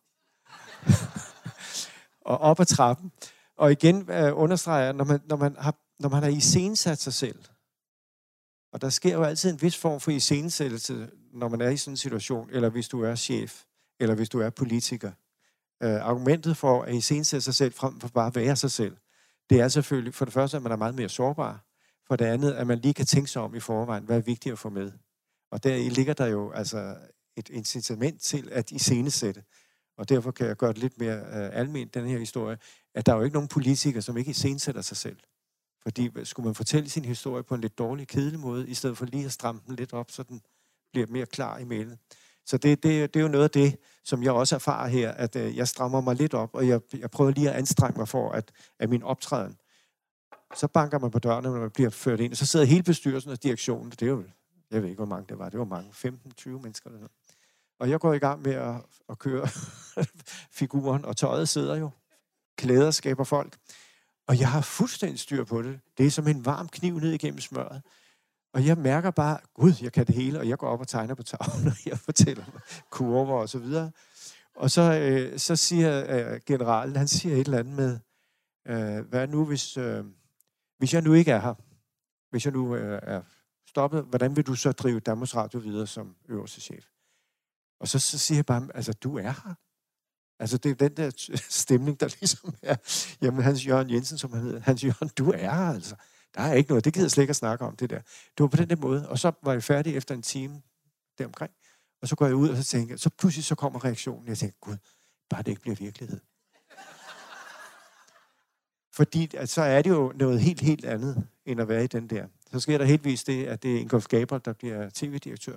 Og op ad trappen. Og igen øh, understreger jeg, når man, når, man har, når man har iscenesat sig selv. Og der sker jo altid en vis form for iscenesættelse, når man er i sådan en situation. Eller hvis du er chef. Eller hvis du er politiker. Øh, argumentet for at iscenesætte sig selv frem for bare at være sig selv, det er selvfølgelig for det første, at man er meget mere sårbar. For det andet, at man lige kan tænke sig om i forvejen, hvad er vigtigt at få med. Og deri ligger der jo altså et incitament til at iscenesætte. Og derfor kan jeg gøre det lidt mere øh, alment, den her historie, at der er jo ikke nogen politikere, som ikke iscenesætter sig selv. Fordi skulle man fortælle sin historie på en lidt dårlig, kedelig måde, i stedet for lige at stramme den lidt op, så den bliver mere klar i mailet. Så det, det, det er jo noget af det, som jeg også erfarer her, at øh, jeg strammer mig lidt op, og jeg, jeg prøver lige at anstrenge mig for, at, at min optræden, så banker man på dørene, når man bliver ført ind, og så sidder hele bestyrelsen og direktionen, det er jo, jeg ved ikke, hvor mange det var, det var mange, femten til tyve mennesker eller sådan. Og jeg går i gang med at, at køre figuren, og tøjet sidder jo, klæder skaber folk, og jeg har fuldstændig styr på det. Det er som en varm kniv ned igennem smøret. Og jeg mærker bare, gud, jeg kan det hele, og jeg går op og tegner på tavlen, og jeg fortæller mig kurver og så videre. Og så, øh, så siger øh, generalen, han siger et eller andet med, øh, hvad nu, hvis, øh, hvis jeg nu ikke er her, hvis jeg nu øh, er stoppet, hvordan vil du så drive Danmarks Radio videre som øverste chef? Og så, så siger jeg bare, altså, du er her. Altså, det er den der stemning, der ligesom er, jamen, Hans Jørgen Jensen, som han hedder, Hans Jørgen, du er her, altså. Der er ikke noget, det gider jeg slet ikke at snakke om, det der. Det var på den der måde, og så var jeg færdig efter en time deromkring, og så går jeg ud, og så tænker så pludselig så kommer reaktionen, jeg tænker, gud, bare det ikke bliver virkelighed. Fordi at så er det jo noget helt, helt andet, end at være i den der. Så sker der heldigvis det, at det er Ingolf Gabriel, der bliver tv-direktør.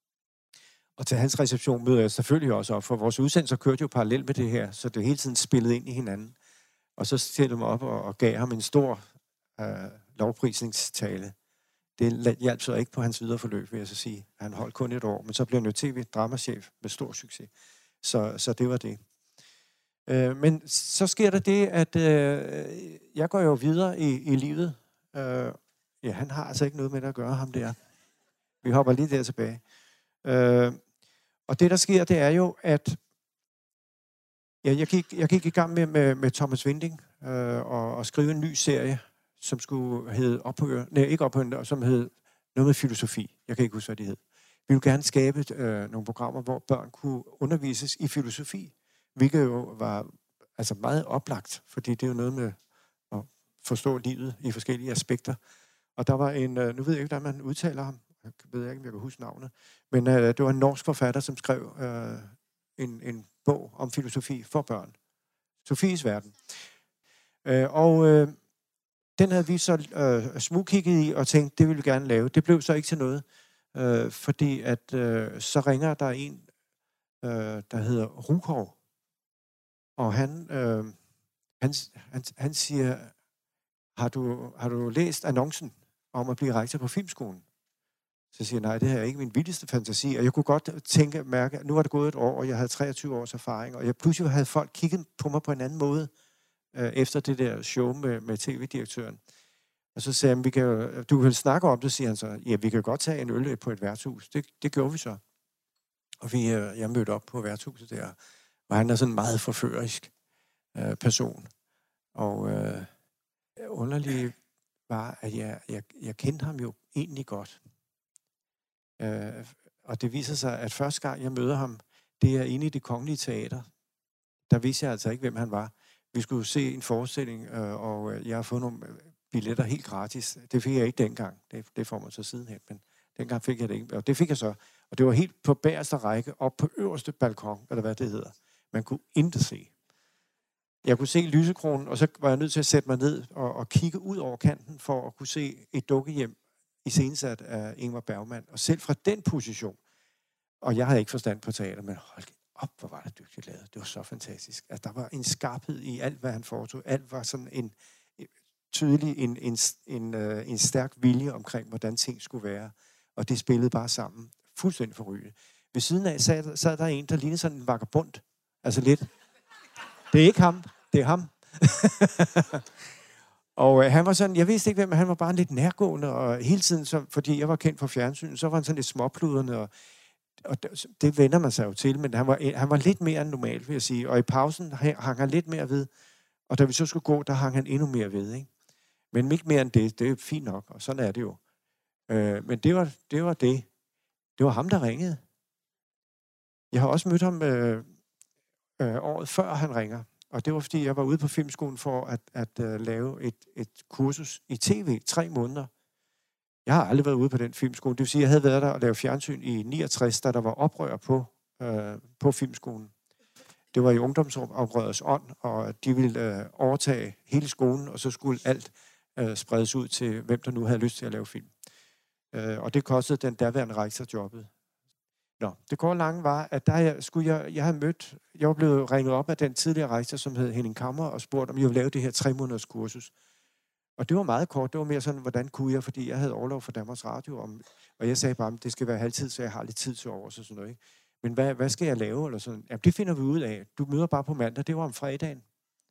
Og til hans reception møder jeg selvfølgelig også op, for vores udsendelser kørte jo parallelt med det her, så det hele tiden spillede ind i hinanden. Og så stillede jeg mig op og, og gav ham en stor øh, lovprisningstale. Det hjalp så ikke på hans videre forløb, vil jeg så sige. Han holdt kun et år, men så blev han jo tv-dramachef med stor succes. Så, så det var det. Øh, men så sker der det, at øh, jeg går jo videre i, i livet. Øh, ja, han har altså ikke noget med det at gøre, ham der. Vi hopper lige der tilbage. Øh, og det, der sker, det er jo, at ja, jeg, gik, jeg gik i gang med, med, med Thomas Winding øh, og, og skrive en ny serie, som skulle hedde Ophør, nej, ikke Ophør, som hed noget med filosofi. Jeg kan ikke huske, hvad det hed. Vi ville gerne skabe øh, nogle programmer, hvor børn kunne undervises i filosofi, hvilket jo var altså meget oplagt, fordi det er jo noget med at forstå livet i forskellige aspekter. Og der var en, øh, nu ved jeg ikke, hvordan man udtaler ham, jeg ved ikke, om jeg kan huske navnet, men øh, det var en norsk forfatter, som skrev øh, en, en bog om filosofi for børn. Sofies verden. Øh, og øh, den havde vi så øh, smugkigget i og tænkt, det ville vi gerne lave. Det blev så ikke til noget, øh, fordi at øh, så ringer der en, øh, der hedder Rukov, og han, øh, han, han, han siger, har du, har du læst annoncen om at blive rektor på Filmskolen? Så siger jeg, nej, det her er ikke min vildeste fantasi. Og jeg kunne godt tænke, mærke, at nu var det gået et år, og jeg havde treogtyve års erfaring, og jeg pludselig havde folk kigget på mig på en anden måde, øh, efter det der show med, med tv-direktøren. Og så sagde han, vi kan jo, du vil snakke om det, siger han så. Ja, vi kan godt tage en øl på et værtshus. Det, det gjorde vi så. Og vi, øh, jeg mødte op på værtshuset der, og han er sådan en meget forførerisk øh, person. Og øh, underligt var, at jeg, jeg, jeg kendte ham jo egentlig godt. Øh, og det viser sig, at første gang jeg møder ham, det er inde i Det Kongelige Teater. Der vidste jeg altså ikke, hvem han var. Vi skulle se en forestilling, øh, og jeg har fået nogle billetter helt gratis. Det fik jeg ikke dengang. Det, det får man så sidenhen, men dengang fik jeg det ikke. Og det fik jeg så. Og det var helt på bagerste række, op på øverste balkon, eller hvad det hedder. Man kunne intet se. Jeg kunne se lysekronen, og så var jeg nødt til at sætte mig ned og, og kigge ud over kanten, for at kunne se et dukkehjem iscenesat af Ingmar Bergman. Og selv fra den position, og jeg havde ikke forstand på teater, men hold op, hvor var det dygtigt lavet. Det var så fantastisk. Altså, der var en skarphed i alt, hvad han foretog. Alt var sådan en tydelig, en, en, en, en, en stærk vilje omkring, hvordan ting skulle være. Og det spillede bare sammen fuldstændig forrygende. Ved siden af sad, sad der en, der lignede sådan en vagabond. Altså lidt. Det er ikke ham, det er ham. Og øh, han var sådan, jeg vidste ikke hvem, han var bare lidt nærgående, og hele tiden, så, fordi jeg var kendt for fjernsynet, så var han sådan lidt småpludrende, og, og det, det vender man sig jo til, men han var, han var lidt mere end normalt, vil jeg sige. Og i pausen hang han lidt mere ved, og da vi så skulle gå, der hang han endnu mere ved, ikke? Men ikke mere end det, det er fint nok, og sådan er det jo. Øh, men det var, det var det. Det var ham, der ringede. Jeg har også mødt ham øh, øh, året før, han ringer. Og det var, fordi jeg var ude på filmskolen for at, at uh, lave et, et kursus i tv, tre måneder. Jeg har aldrig været ude på den filmskole. Det vil sige, at jeg havde været der og lavet fjernsyn i niogtres, da der var oprør på, uh, på filmskolen. Det var i ungdomsoprørets ånd, og de ville uh, overtage hele skolen, og så skulle alt uh, spredes ud til, hvem der nu havde lyst til at lave film. Uh, og det kostede den daværende rektor jobbet. Nå, det går lange var, at der jeg, skulle jeg, jeg havde mødt, jeg var blevet ringet op af den tidligere rektor, som hed Henning Kammer, og spurgt, om jeg ville lave det her tre måneders kursus. Og det var meget kort, det var mere sådan, hvordan kunne jeg, fordi jeg havde overlov for Danmarks Radio, om, og jeg sagde bare, at det skal være halvtid, så jeg har lidt tid til over, så sådan noget, ikke? Men hvad, hvad skal jeg lave, eller sådan? Jamen, det finder vi ud af. Du møder bare på mandag, det var om fredagen.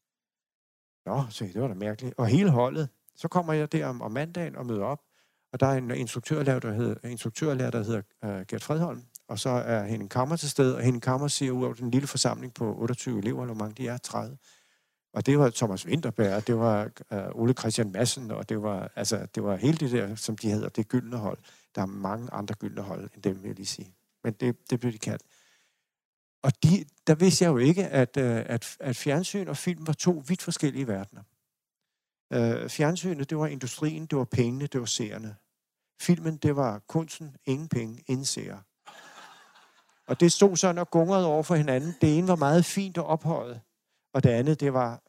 Nå, så det var da mærkeligt. Og hele holdet, så kommer jeg der om, om mandagen og møder op, og der er en instruktørlærer, der hedder, instruktørlærer, der hedder uh, Gert Fredholm. Og så er Henning Kammer til stede, og Henning Kammer siger ud over den lille forsamling på otteogtyve elever, eller hvor mange de er, tredive. Og det var Thomas Vinterberg, det var uh, Ole Christian Madsen, og det var, altså, det var hele det der, som de hedder, det gyldne hold. Der er mange andre gyldne hold end dem, vil jeg lige sige. Men det, det blev de kaldt. Og de, der vidste jeg jo ikke, at, uh, at, at fjernsyn og film var to vidt forskellige verdener. Uh, fjernsynet, det var industrien, det var pengene, det var seerne. Filmen, det var kunsten, ingen penge, ingen seere. Og det stod sådan og gungrede over for hinanden. Det ene var meget fint og ophøjet, og det andet, det var...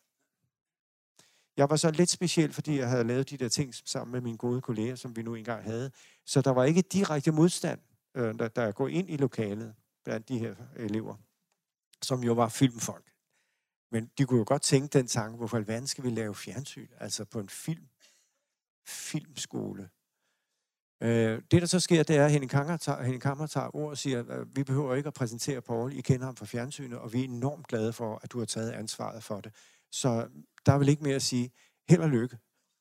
Jeg var så lidt speciel, fordi jeg havde lavet de der ting sammen med mine gode kolleger, som vi nu engang havde. Så der var ikke direkte modstand, øh, der, der går ind i lokalet blandt de her elever, som jo var filmfolk. Men de kunne jo godt tænke den tanke, hvorfor alverden skal vi lave fjernsyn? Altså på en film, filmskole. Det, der så sker, det er, at Henning Kammer tager, Henning Kammer tager ord og siger, at vi behøver ikke at præsentere Poul. I kender ham fra fjernsynet, og vi er enormt glade for, at du har taget ansvaret for det. Så der er vel ikke mere at sige, held og lykke.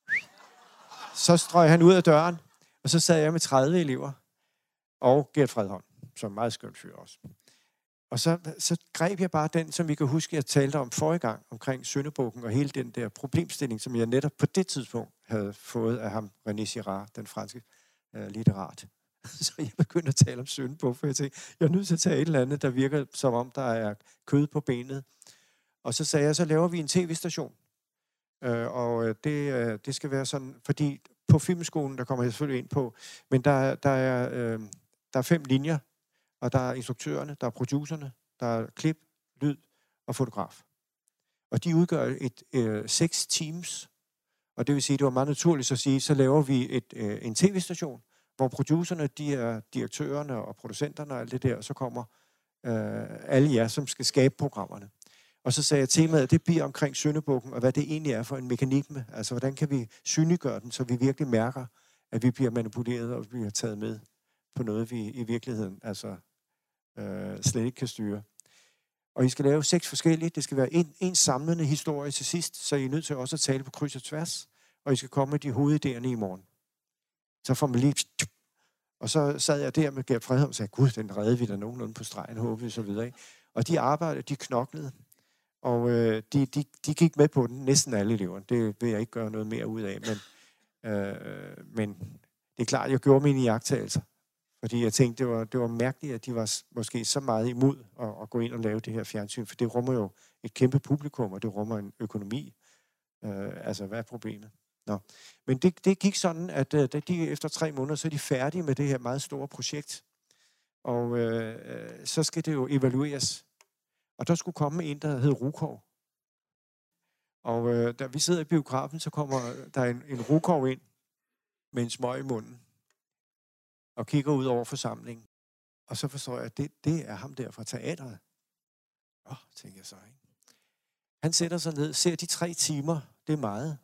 Så strøg han ud af døren, og så sad jeg med tredive elever, og Gert Fredholm, som er meget skønt fyr også. Og så, så greb jeg bare den, som vi kan huske, jeg talte om forrige gang, omkring Syndebukken, og hele den der problemstilling, som jeg netop på det tidspunkt havde fået af ham, René Girard, den franske litterat. Så jeg begyndte at tale om Syndebuk, for jeg tænkte, jeg er nødt til at tage et eller andet, der virker som om, der er kød på benet. Og så sagde jeg, så laver vi en tv-station. Øh, og det, det skal være sådan, fordi på filmskolen, der kommer jeg selvfølgelig ind på, men der, der, er, øh, der er fem linjer, og der er instruktørerne, der er producerne, der er klip, lyd og fotograf. Og de udgør et øh, seks teams. Og det vil sige, det var meget naturligt at sige, så laver vi et, øh, en tv-station, hvor producerne, de er direktørerne og producenterne og alt det der, og så kommer øh, alle jer, som skal skabe programmerne. Og så sagde jeg, temaet, det bliver omkring Syndebukken, og hvad det egentlig er for en mekanisme. Altså, hvordan kan vi synliggøre den, så vi virkelig mærker, at vi bliver manipuleret, og vi bliver taget med på noget, vi i virkeligheden altså, øh, slet ikke kan styre. Og I skal lave seks forskellige. Det skal være en, en samlende historie til sidst, så I er nødt til også at tale på kryds og tværs, og I skal komme med de hovedidéerne i morgen. Så får man lige... Og så sad jeg der med Gert Fredholm og sagde, gud, den redde vi da nogenlunde på stregen, håber vi, så videre. Ikke? Og de arbejdede, de knoklede, og øh, de, de, de gik med på den, næsten alle eleverne. Det vil jeg ikke gøre noget mere ud af, men, øh, men det er klart, jeg gjorde mine iagttagelser. Fordi jeg tænkte, det var, det var mærkeligt, at de var måske så meget imod at, at gå ind og lave det her fjernsyn, for det rummer jo et kæmpe publikum, og det rummer en økonomi. Øh, altså, hvad er problemet? Nå. Men det, det gik sådan, at uh, de efter tre måneder, så er de færdige med det her meget store projekt. Og øh, så skal det jo evalueres. Og der skulle komme en, der hed Rukov. Og øh, da vi sidder i biografen, så kommer der en, en Rukov ind med en smøg i munden og kigger ud over forsamlingen. Og så forstår jeg, at det, det er ham der fra teatret. Åh, tænker jeg så, ikke? Han sætter sig ned, ser de tre timer, det er meget.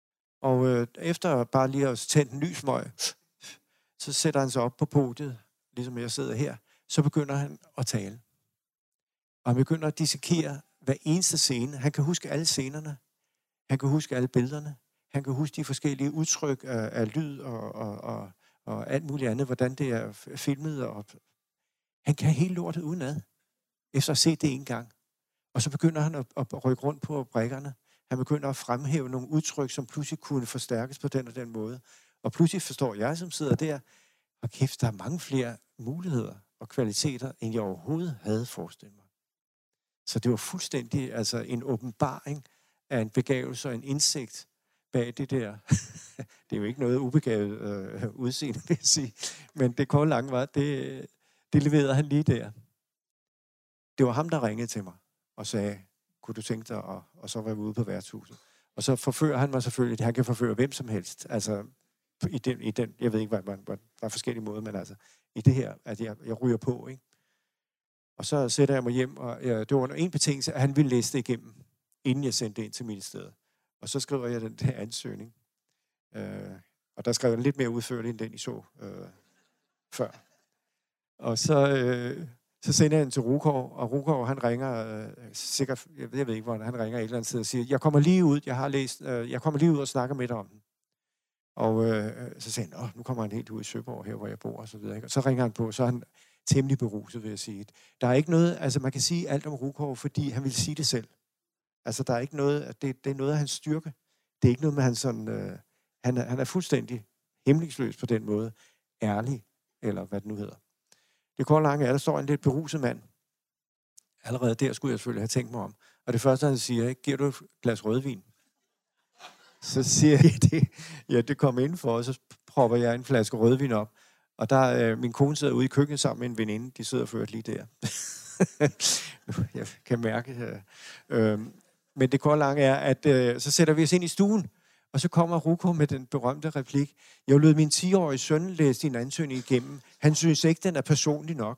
Og øh, efter bare lige at tænde en ny smøg, så sætter han sig op på podiet, ligesom jeg sidder her, så begynder han at tale. Og han begynder at dissekere hver eneste scene. Han kan huske alle scenerne. Han kan huske alle billederne. Han kan huske de forskellige udtryk af, af lyd og, og, og, og alt muligt andet, hvordan det er filmet. Og han kan hele lortet udenad, efter at se det en gang. Og så begynder han at, at rykke rundt på brikkerne. Han begynder at fremhæve nogle udtryk, som pludselig kunne forstærkes på den og den måde. Og pludselig forstår jeg, som sidder der, og kæft, der er mange flere muligheder og kvaliteter, end jeg overhovedet havde forestillet mig. Så det var fuldstændig altså en åbenbaring af en begavelse og en indsigt bag det der. Det er jo ikke noget ubegavet øh, udseende, vil jeg sige. Men det korte lange var, det, det leverede han lige der. Det var ham, der ringede til mig og sagde, kunne du tænke dig, og, og så var vi ude på værtshuset. Og så forfører han mig selvfølgelig, han kan forføre hvem som helst. Altså, i den, i den jeg ved ikke, hvad, hvad, hvad, der er forskellige måder, men altså, i det her, at jeg, jeg ryger på, ikke? Og så sætter jeg mig hjem, og jeg, det var under en betingelse, at han ville læse det igennem, inden jeg sendte det ind til ministeriet. Og så skriver jeg den der ansøgning. Øh, og der skrev jeg lidt mere udførligt, end den I så øh, før. Og så, øh, så sender jeg den til Rukov, og Rukov, han ringer, øh, sikkert, jeg ved, jeg ved ikke, hvordan han ringer et eller andet sted og siger, jeg kommer lige ud, jeg har læst, øh, jeg kommer lige ud og snakker med dig om den. Og øh, så siger han, nu kommer han helt ud i Søborg, her hvor jeg bor, og så videre. Ikke? Og så ringer han på, så er han temmelig beruset, vil jeg sige. Der er ikke noget, altså man kan sige alt om Rukov, fordi han vil sige det selv. Altså der er ikke noget, det, det er noget af hans styrke. Det er ikke noget med hans sådan, øh, han, er, han er fuldstændig hemmelighedsløs på den måde. Ærlig, eller hvad det nu hedder. Det korte lange er, der står en lidt beruset mand. Allerede der skulle jeg selvfølgelig have tænkt mig om. Og det første, han siger, ikke, giver du et glas rødvin? Så siger jeg, det, ja, det kommer indenfor, og så propper jeg en flaske rødvin op. Og der øh, min kone sidder ude i køkkenet sammen med en veninde. De sidder ført lige der. Jeg kan mærke. Øh, øh, men det korte lange er, at øh, så sætter vi os ind i stuen, og så kommer Rukov med den berømte replik. Jeg lød min ti-årige søn læse din ansøgning igennem. Han synes ikke, den er personlig nok.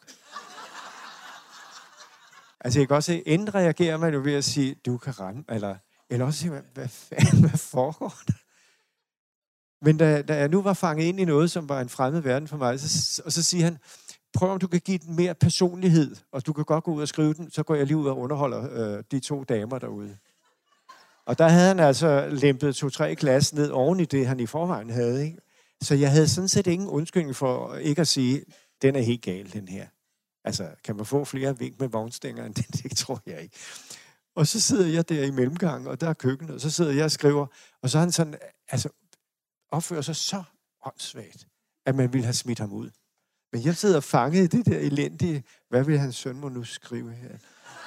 Altså jeg kan også se, enten reagerer man jo ved at sige, du kan rende, eller, eller også sige, hvad, hvad fanden, hvad foregår der? Men da, da jeg nu var fanget ind i noget, som var en fremmed verden for mig, så, og så siger han, prøv om du kan give den mere personlighed, og du kan godt gå ud og skrive den, så går jeg lige ud og underholder øh, de to damer derude. Og der havde han altså lempet to-tre glas ned oven i det, han i forvejen havde. Ikke? Så jeg havde sådan set ingen undskyldning for ikke at sige, den er helt gal, den her. Altså, kan man få flere vink med vognstænger end det? Det tror jeg ikke. Og så sidder jeg der i mellemgangen, og der er køkkenet, og så sidder jeg og skriver, og så er han sådan, altså, opfører sig så åndssvagt, at man ville have smidt ham ud. Men jeg sidder fanget i det der elendige, hvad vil hans søn må nu skrive her?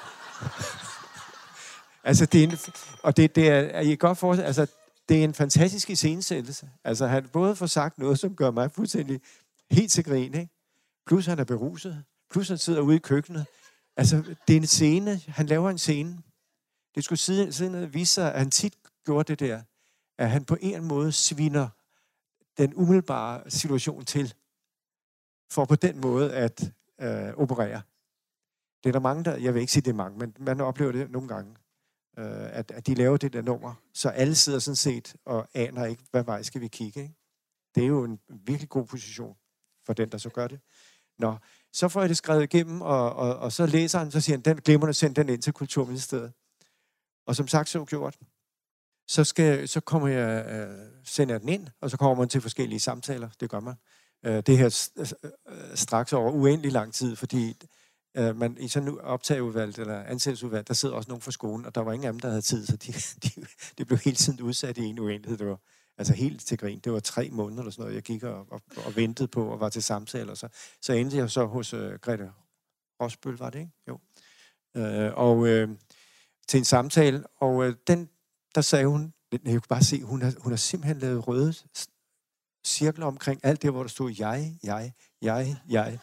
Altså, det er en, og det, det er, I godt forstå, altså, det er en fantastisk iscenesættelse. Altså, han både får sagt noget, som gør mig fuldstændig helt til grin, ikke? Plus han er beruset, plus han sidder ude i køkkenet. Altså, det er en scene, han laver en scene. Det skulle siden, siden vise sig, at han tit gjorde det der, at han på en måde sviner den umiddelbare situation til, for på den måde at øh, operere. Det er der mange, der, jeg vil ikke sige det er mange, men man oplever det nogle gange, øh, at, at de laver det der nummer, så alle sidder sådan set og aner ikke, hvad vej skal vi kigge. Ikke? Det er jo en virkelig god position for den, der så gør det. Nå, så får jeg det skrevet igennem, og, og, og så læser han, så siger han, den glemmer send den ind til Kulturministeriet. Og som sagt, så gjort. Så, skal, så kommer jeg, øh, sender jeg den ind, og så kommer man til forskellige samtaler. Det gør man. Øh, det her øh, straks over uendelig lang tid, fordi øh, man i sådan en optageudvalg eller ansættelsesudvalg, der sidder også nogen fra skolen, og der var ingen af dem, der havde tid, så de, de, de blev hele tiden udsat i en uendelighed. Det var altså helt til grin. Det var tre måneder eller sådan noget, jeg gik og, og, og ventede på og var til samtaler. Så, så endte jeg så hos øh, Grete Rosbøl, var det ikke? Jo. Øh, og øh, til en samtale, og øh, den, der sagde hun, jeg kunne bare se, hun har, hun har simpelthen lavet røde cirkler omkring alt det, hvor der stod jeg, jeg, jeg, jeg.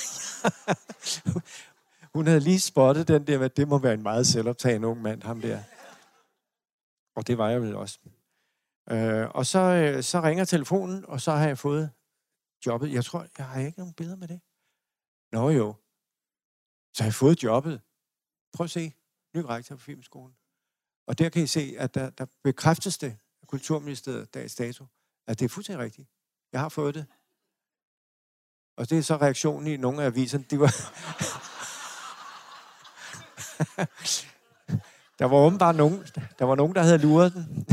Hun havde lige spottet den der, at det må være en meget selvoptagen ung mand, ham der. Og det var jeg vel også. Øh, og så, øh, så ringer telefonen, og så har jeg fået jobbet. Jeg tror, jeg har ikke nogen billeder med det. Nå jo. Så har jeg fået jobbet. Prøv at se. Ny rektor på Filmskolen. Og der kan I se, at der, der bekræftes det af Kulturministeriet dags dato, at det er fuldstændig rigtigt. Jeg har fået det. Og det er så reaktionen i nogle af aviserne. De var der var åbenbart nogen, der var nogen, der havde luret den.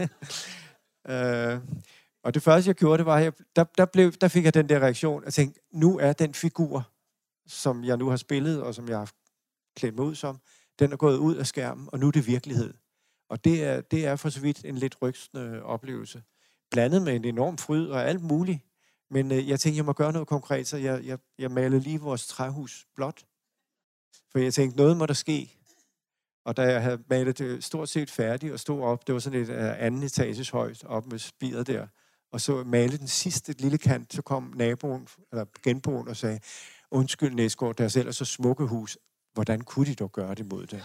øh, og det første, jeg gjorde, det var, at jeg, der, der, blev, der fik jeg den der reaktion. Jeg tænkte, nu er den figur, som jeg nu har spillet, og som jeg har klædt mig ud som, den er gået ud af skærmen, og nu er det virkelighed. Og det er, det er for så vidt en lidt rystende oplevelse. Blandet med en enorm fryd og alt muligt. Men øh, jeg tænkte, jeg må gøre noget konkret, så jeg, jeg, jeg malede lige vores træhus blåt. For jeg tænkte, noget må der ske. Og da jeg havde malet det stort set færdigt og stod op, det var sådan et uh, anden etages højt op med spiret der, og så malede den sidste lille kant, så kom naboen, eller genboen og sagde, undskyld Næsgaard, deres ellers så smukke hus, hvordan kunne de dog gøre det mod det?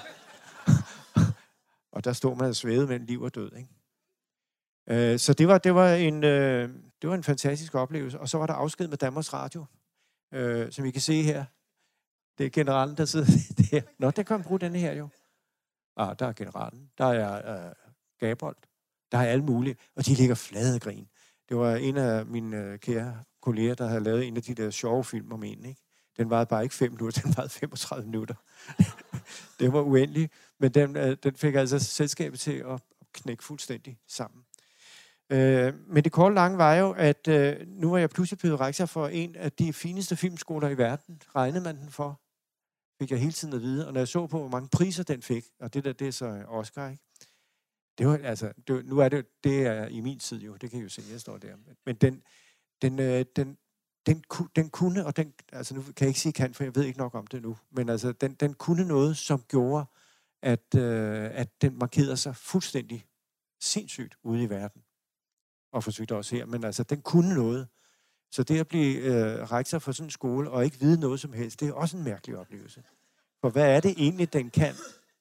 Og der stod man og svævede mellem liv og død, ikke? Uh, så det var, det, var en, uh, det var en fantastisk oplevelse. Og så var der afsked med Danmarks Radio, uh, som I kan se her. Det er generalen, der sidder der. Nå, der kan man bruge denne her jo. Ah, der er generalen. Der er uh, Gabold. Der er alle mulige. Og de ligger flade grin. Det var en af mine uh, kære kolleger, der havde lavet en af de der sjove film om en, ikke? Den varede bare ikke fem minutter, den varede femogtredive minutter. Det var uendeligt. Men den, uh, den fik altså selskabet til at knække fuldstændig sammen. Uh, men det korte lange var jo, at uh, nu var jeg pludselig blevet rektor for en af de fineste filmskoler i verden. Regnede man den for? Fik jeg hele tiden at vide. Og når jeg så på, hvor mange priser den fik, og det der, det er så Oscar, ikke? Det var, altså, det, nu er det, det er i min tid jo, det kan I jo se, jeg står der. Men den, den, øh, den, den, den kunne, og den, altså nu kan jeg ikke sige kan, for jeg ved ikke nok om det nu, men altså, den, den kunne noget, som gjorde, at, øh, at den markerede sig fuldstændig sindssygt ude i verden. Og for så vidt også her, men altså, den kunne noget. Så det at blive øh, rektor for sådan en skole, og ikke vide noget som helst, det er også en mærkelig oplevelse. For hvad er det egentlig, den kan?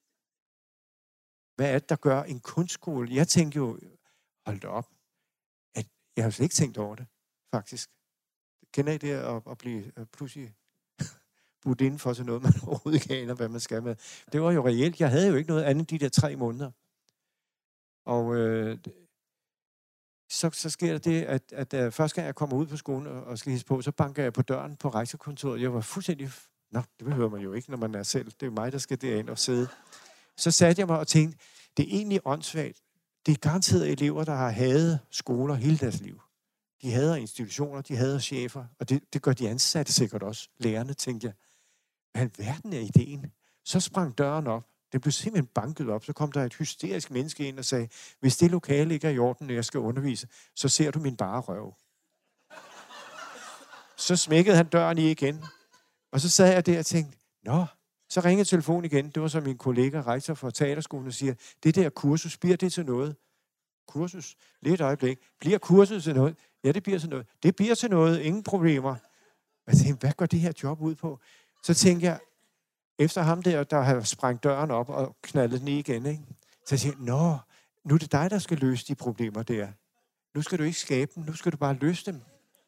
Hvad er det, der gør en kunstskole? Jeg tænker jo, hold da op, at jeg har slet ikke tænkt over det, faktisk. Kender I det at, at blive at pludselig budt inden for sådan noget, man overhovedet ikke aner, hvad man skal med? Det var jo reelt. Jeg havde jo ikke noget andet de der tre måneder. Og øh, så, så sker der det, at, at, at første gang jeg kommer ud på skolen og, og skal hisse på, så banker jeg på døren på rektorkontoret. Jeg var fuldstændig... Nå, det behøver man jo ikke, når man er selv. Det er jo mig, der skal derind og sidde. Så satte jeg mig og tænkte, det er egentlig åndssvagt. Det er garanteret elever, der har hadet skoler hele deres liv. De hader institutioner, de hader chefer, og det, det gør de ansatte sikkert også. Lærerne, tænkte jeg. Hvad verden er ideen? Så sprang døren op. Den blev simpelthen banket op. Så kom der et hysterisk menneske ind og sagde, hvis det lokale ikke er i orden, når jeg skal undervise, så ser du min bare røv. Så smækkede han døren i igen. Og så sad jeg der og tænkte, nå, så ringede telefonen igen. Det var så min kollega, rektor for teaterskolen, og siger, det der kursus, bliver det til noget? Kursus? Lidt øjeblik. Bliver kurset til noget? Ja, det bliver til noget. Det bliver til noget. Ingen problemer. Og jeg tænkte, hvad går det her job ud på? Så tænkte jeg, efter ham der, der har sprængt døren op og knaldet den i igen, ikke? Så jeg tænkte, nå, nu er det dig, der skal løse de problemer der. Nu skal du ikke skabe dem, nu skal du bare løse dem.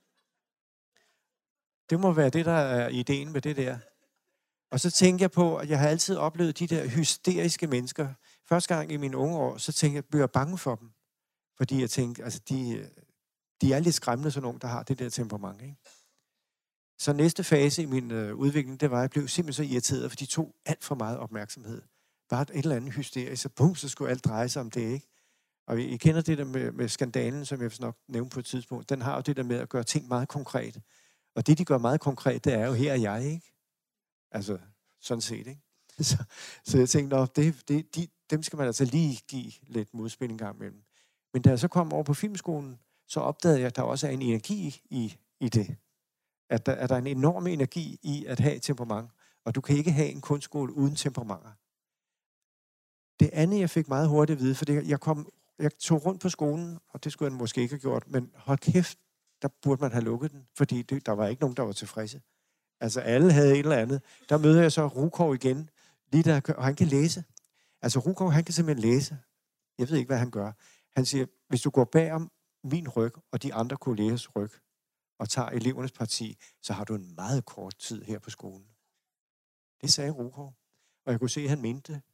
Det må være det, der er ideen med det der. Og så tænkte jeg på, at jeg har altid oplevet de der hysteriske mennesker. Første gang i mine unge år, så tænkte jeg, at jeg bliver bange for dem. Fordi jeg tænkte, altså de, de er lidt skræmmende, sådan nogen, der har det der temperament, ikke? Så næste fase i min øh, udvikling, det var, at jeg blev simpelthen så irriteret, for de tog alt for meget opmærksomhed. Bare et eller andet hysterisk, så bum, så skulle alt dreje sig om det, ikke? Og I kender det der med, med skandalen, som jeg nok nævnte på et tidspunkt. Den har jo det der med at gøre ting meget konkret. Og det, de gør meget konkret, det er jo her og jeg, ikke? Altså, sådan set, ikke? Så, så jeg tænkte, nå, det, det, de, dem skal man altså lige give lidt modspil gang imellem. Men da jeg så kom over på filmskolen, så opdagede jeg, at der også er en energi i, i det. At der, at der er en enorm energi i at have temperament. Og du kan ikke have en kunstskole uden temperamenter. Det andet, jeg fik meget hurtigt at vide, for det, jeg, kom, jeg tog rundt på skolen, og det skulle jeg måske ikke have gjort, men hold kæft, der burde man have lukket den, fordi det, der var ikke nogen, der var tilfredse. Altså alle havde et eller andet. Der møder jeg så Rukov igen, lige der, og han kan læse. Altså Rukov, han kan simpelthen læse. Jeg ved ikke, hvad han gør. Han siger, hvis du går bag om min ryg og de andre kollegers ryg, og tager elevernes parti, så har du en meget kort tid her på skolen. Det sagde Rukov, og jeg kunne se, at han mente det.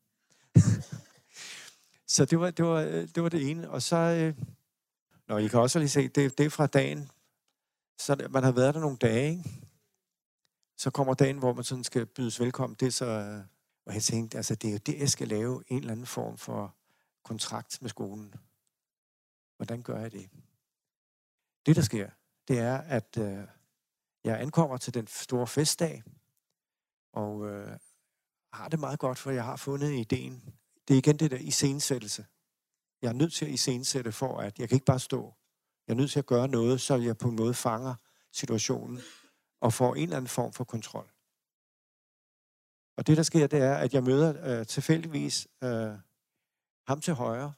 Så det var, det, var, det var det ene. Og så, øh... Nå, I kan også lige se, det, det er fra dagen. Så man har været der nogle dage, ikke? så kommer dagen, hvor man sådan skal bydes velkommen. Det er så, og jeg tænkte, altså det er jo det, jeg skal lave en eller anden form for kontrakt med skolen. Hvordan gør jeg det? Det, der sker, det er, at øh, jeg ankommer til den store festdag, og øh, har det meget godt, for jeg har fundet ideen. Det er igen det der iscenesættelse. Jeg er nødt til at iscenesætte for, at jeg kan ikke bare stå. Jeg er nødt til at gøre noget, så jeg på en måde fanger situationen og får en eller anden form for kontrol. Og det, der sker, det er, at jeg møder øh, tilfældigvis øh, ham til højre.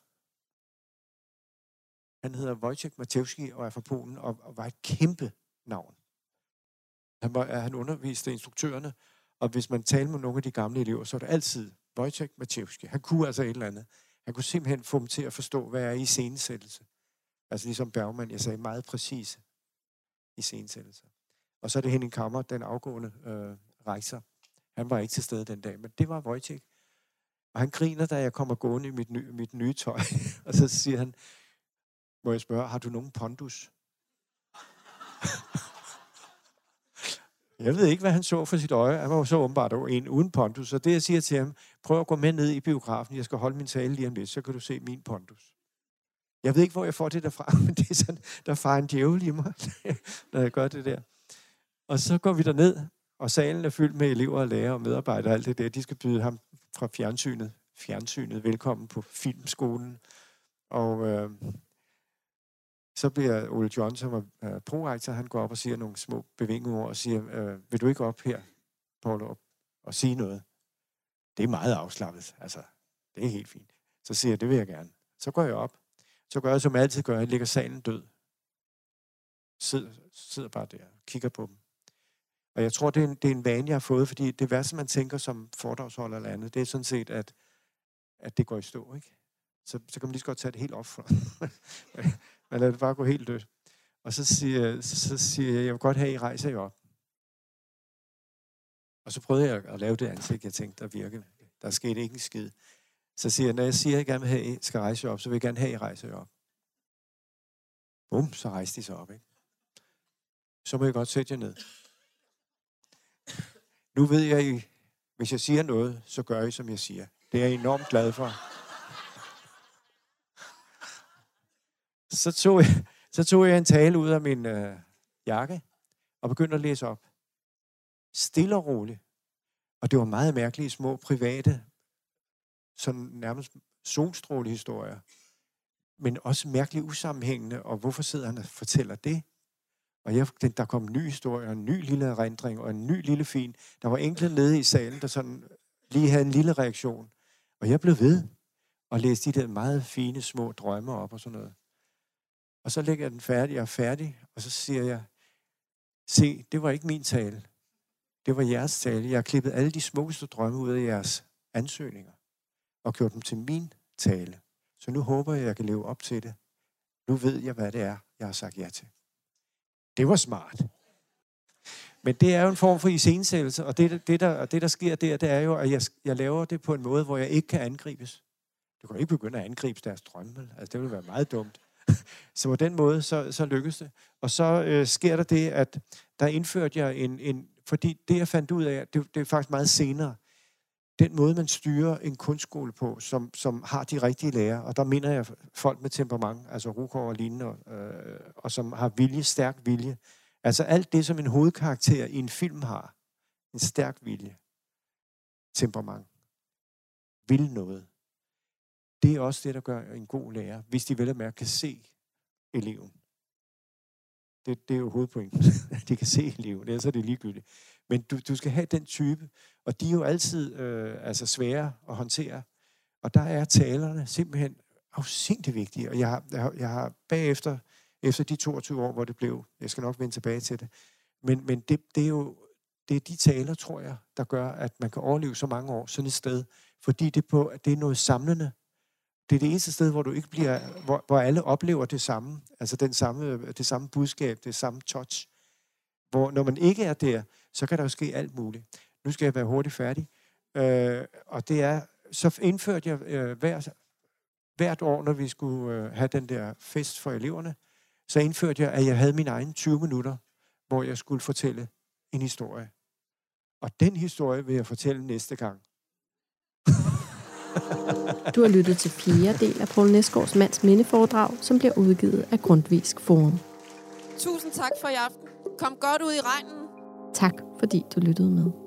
Han hedder Wojciech Matejewski og er fra Polen og, og var et kæmpe navn. Han, var, han underviste instruktørerne, og hvis man talte med nogle af de gamle elever, så er det altid Wojciech Matejewski. Han kunne altså et eller andet. Han kunne simpelthen få dem til at forstå, hvad er iscenesættelse. Altså ligesom Bergman, jeg sagde, meget præcise iscenesættelser. Og så er det Henning Kammer, den afgående øh, rejser. Han var ikke til stede den dag, men det var Wojciech. Og han griner, da jeg kommer gående i mit, ny, mit nye tøj. Og så siger han, må jeg spørge, har du nogen pondus? Jeg ved ikke, hvad han så for sit øje. Han var jo så åbenbart en uden pondus. Så det, jeg siger til ham, prøv at gå med ned i biografen. Jeg skal holde min tale lige om lidt, så kan du se min pondus. Jeg ved ikke, hvor jeg får det derfra, men det er sådan, der farer en djævel i mig, når jeg gør det der. Og så går vi derned, og salen er fyldt med elever og lærere og medarbejdere og alt det der. De skal byde ham fra fjernsynet, fjernsynet velkommen på filmskolen. Og øh, så bliver Ole John, som er øh, prorektor, han går op og siger nogle små bevingede ord og siger, øh, vil du ikke op her, Paul, op og sige noget? Det er meget afslappet, altså, det er helt fint. Så siger jeg, det vil jeg gerne. Så går jeg op. Så gør jeg, som jeg altid gør, jeg ligger salen død. Sidder, sidder bare der og kigger på dem. Og jeg tror, det er, en, det er en vane, jeg har fået, fordi det værste, man tænker som foredragsholder eller andet, det er sådan set, at, at det går i stå, ikke? Så, så kan man lige så godt tage det helt op for. Man lader det bare gå helt dødt. Og så siger, så, så siger jeg, jeg vil godt have, at I rejser jer op. Og så prøvede jeg at lave det ansigt, jeg tænkte, der virkede. Der skete ikke en skid. Så siger jeg, når jeg siger, at jeg gerne vil have, at I skal rejse jer op, så vil jeg gerne have, at I rejser jer op. Bum, så rejste de sig op, ikke? Så må jeg godt sætte jer ned. Nu ved jeg, at hvis jeg siger noget, så gør I, som jeg siger. Det er jeg enormt glad for. Så tog jeg, så tog jeg en tale ud af min øh, jakke og begyndte at læse op. Stille og roligt. Og det var meget mærkelige, små, private, sådan nærmest solstrålehistorier. Men også mærkeligt usammenhængende, og hvorfor sidder han og fortæller det? Og jeg, der kom en ny historie, og en ny lille erindring, og en ny lille fin. Der var enkelte nede i salen, der sådan lige havde en lille reaktion. Og jeg blev ved og læste de der meget fine, små drømme op og sådan noget. Og så lægger jeg den færdig, jeg er færdig, og så siger jeg, se, det var ikke min tale. Det var jeres tale. Jeg har klippet alle de smukkeste drømme ud af jeres ansøgninger, og gjort dem til min tale. Så nu håber jeg, at jeg kan leve op til det. Nu ved jeg, hvad det er, jeg har sagt ja til. Det var smart. Men det er jo en form for iscenesættelse, og det, det, der, det, der sker der, det er jo, at jeg, jeg laver det på en måde, hvor jeg ikke kan angribes. Du kan ikke begynde at angribe deres drømme. Altså, det ville være meget dumt. Så på den måde, så, så lykkes det. Og så øh, sker der det, at der indførte jeg en, en... Fordi det, jeg fandt ud af, det, det er faktisk meget senere. Den måde, man styrer en kunstskole på, som, som har de rigtige lærere, og der mener jeg folk med temperament, altså Rukov og lignende, øh, og som har vilje, stærk vilje. Altså alt det, som en hovedkarakter i en film har. En stærk vilje. Temperament. Vil noget. Det er også det, der gør en god lærer, hvis de vel og mærke kan se eleven. Det, det er jo hovedpointen. De kan se eleven, ellers er det ligegyldigt. Men du, du skal have den type, og de er jo altid øh, altså svære at håndtere. Og der er talerne simpelthen afsindigt vigtige. Og jeg har, jeg har, jeg har bagefter, efter de toogtyve år, hvor det blev, jeg skal nok vende tilbage til det, men, men det, det er jo det er de taler, tror jeg, der gør, at man kan overleve så mange år sådan et sted. Fordi det, på, det er noget samlende. Det er det eneste sted, hvor du ikke bliver, hvor, hvor alle oplever det samme, altså den samme, det samme budskab, det samme touch. Hvor når man ikke er der, så kan der jo ske alt muligt. Nu skal jeg være hurtigt færdig. Øh, og det er, så indførte jeg øh, hver, hvert år, når vi skulle øh, have den der fest for eleverne, så indførte jeg, at jeg havde mine egne tyve minutter, hvor jeg skulle fortælle en historie. Og den historie vil jeg fortælle næste gang. Du har lyttet til fjerde del af Poul Nesgaards Mands Mindeforedrag, som bliver udgivet af Grundtvigs Forum. Tusind tak for i aften. Kom godt ud i regnen. Tak, fordi du lyttede med.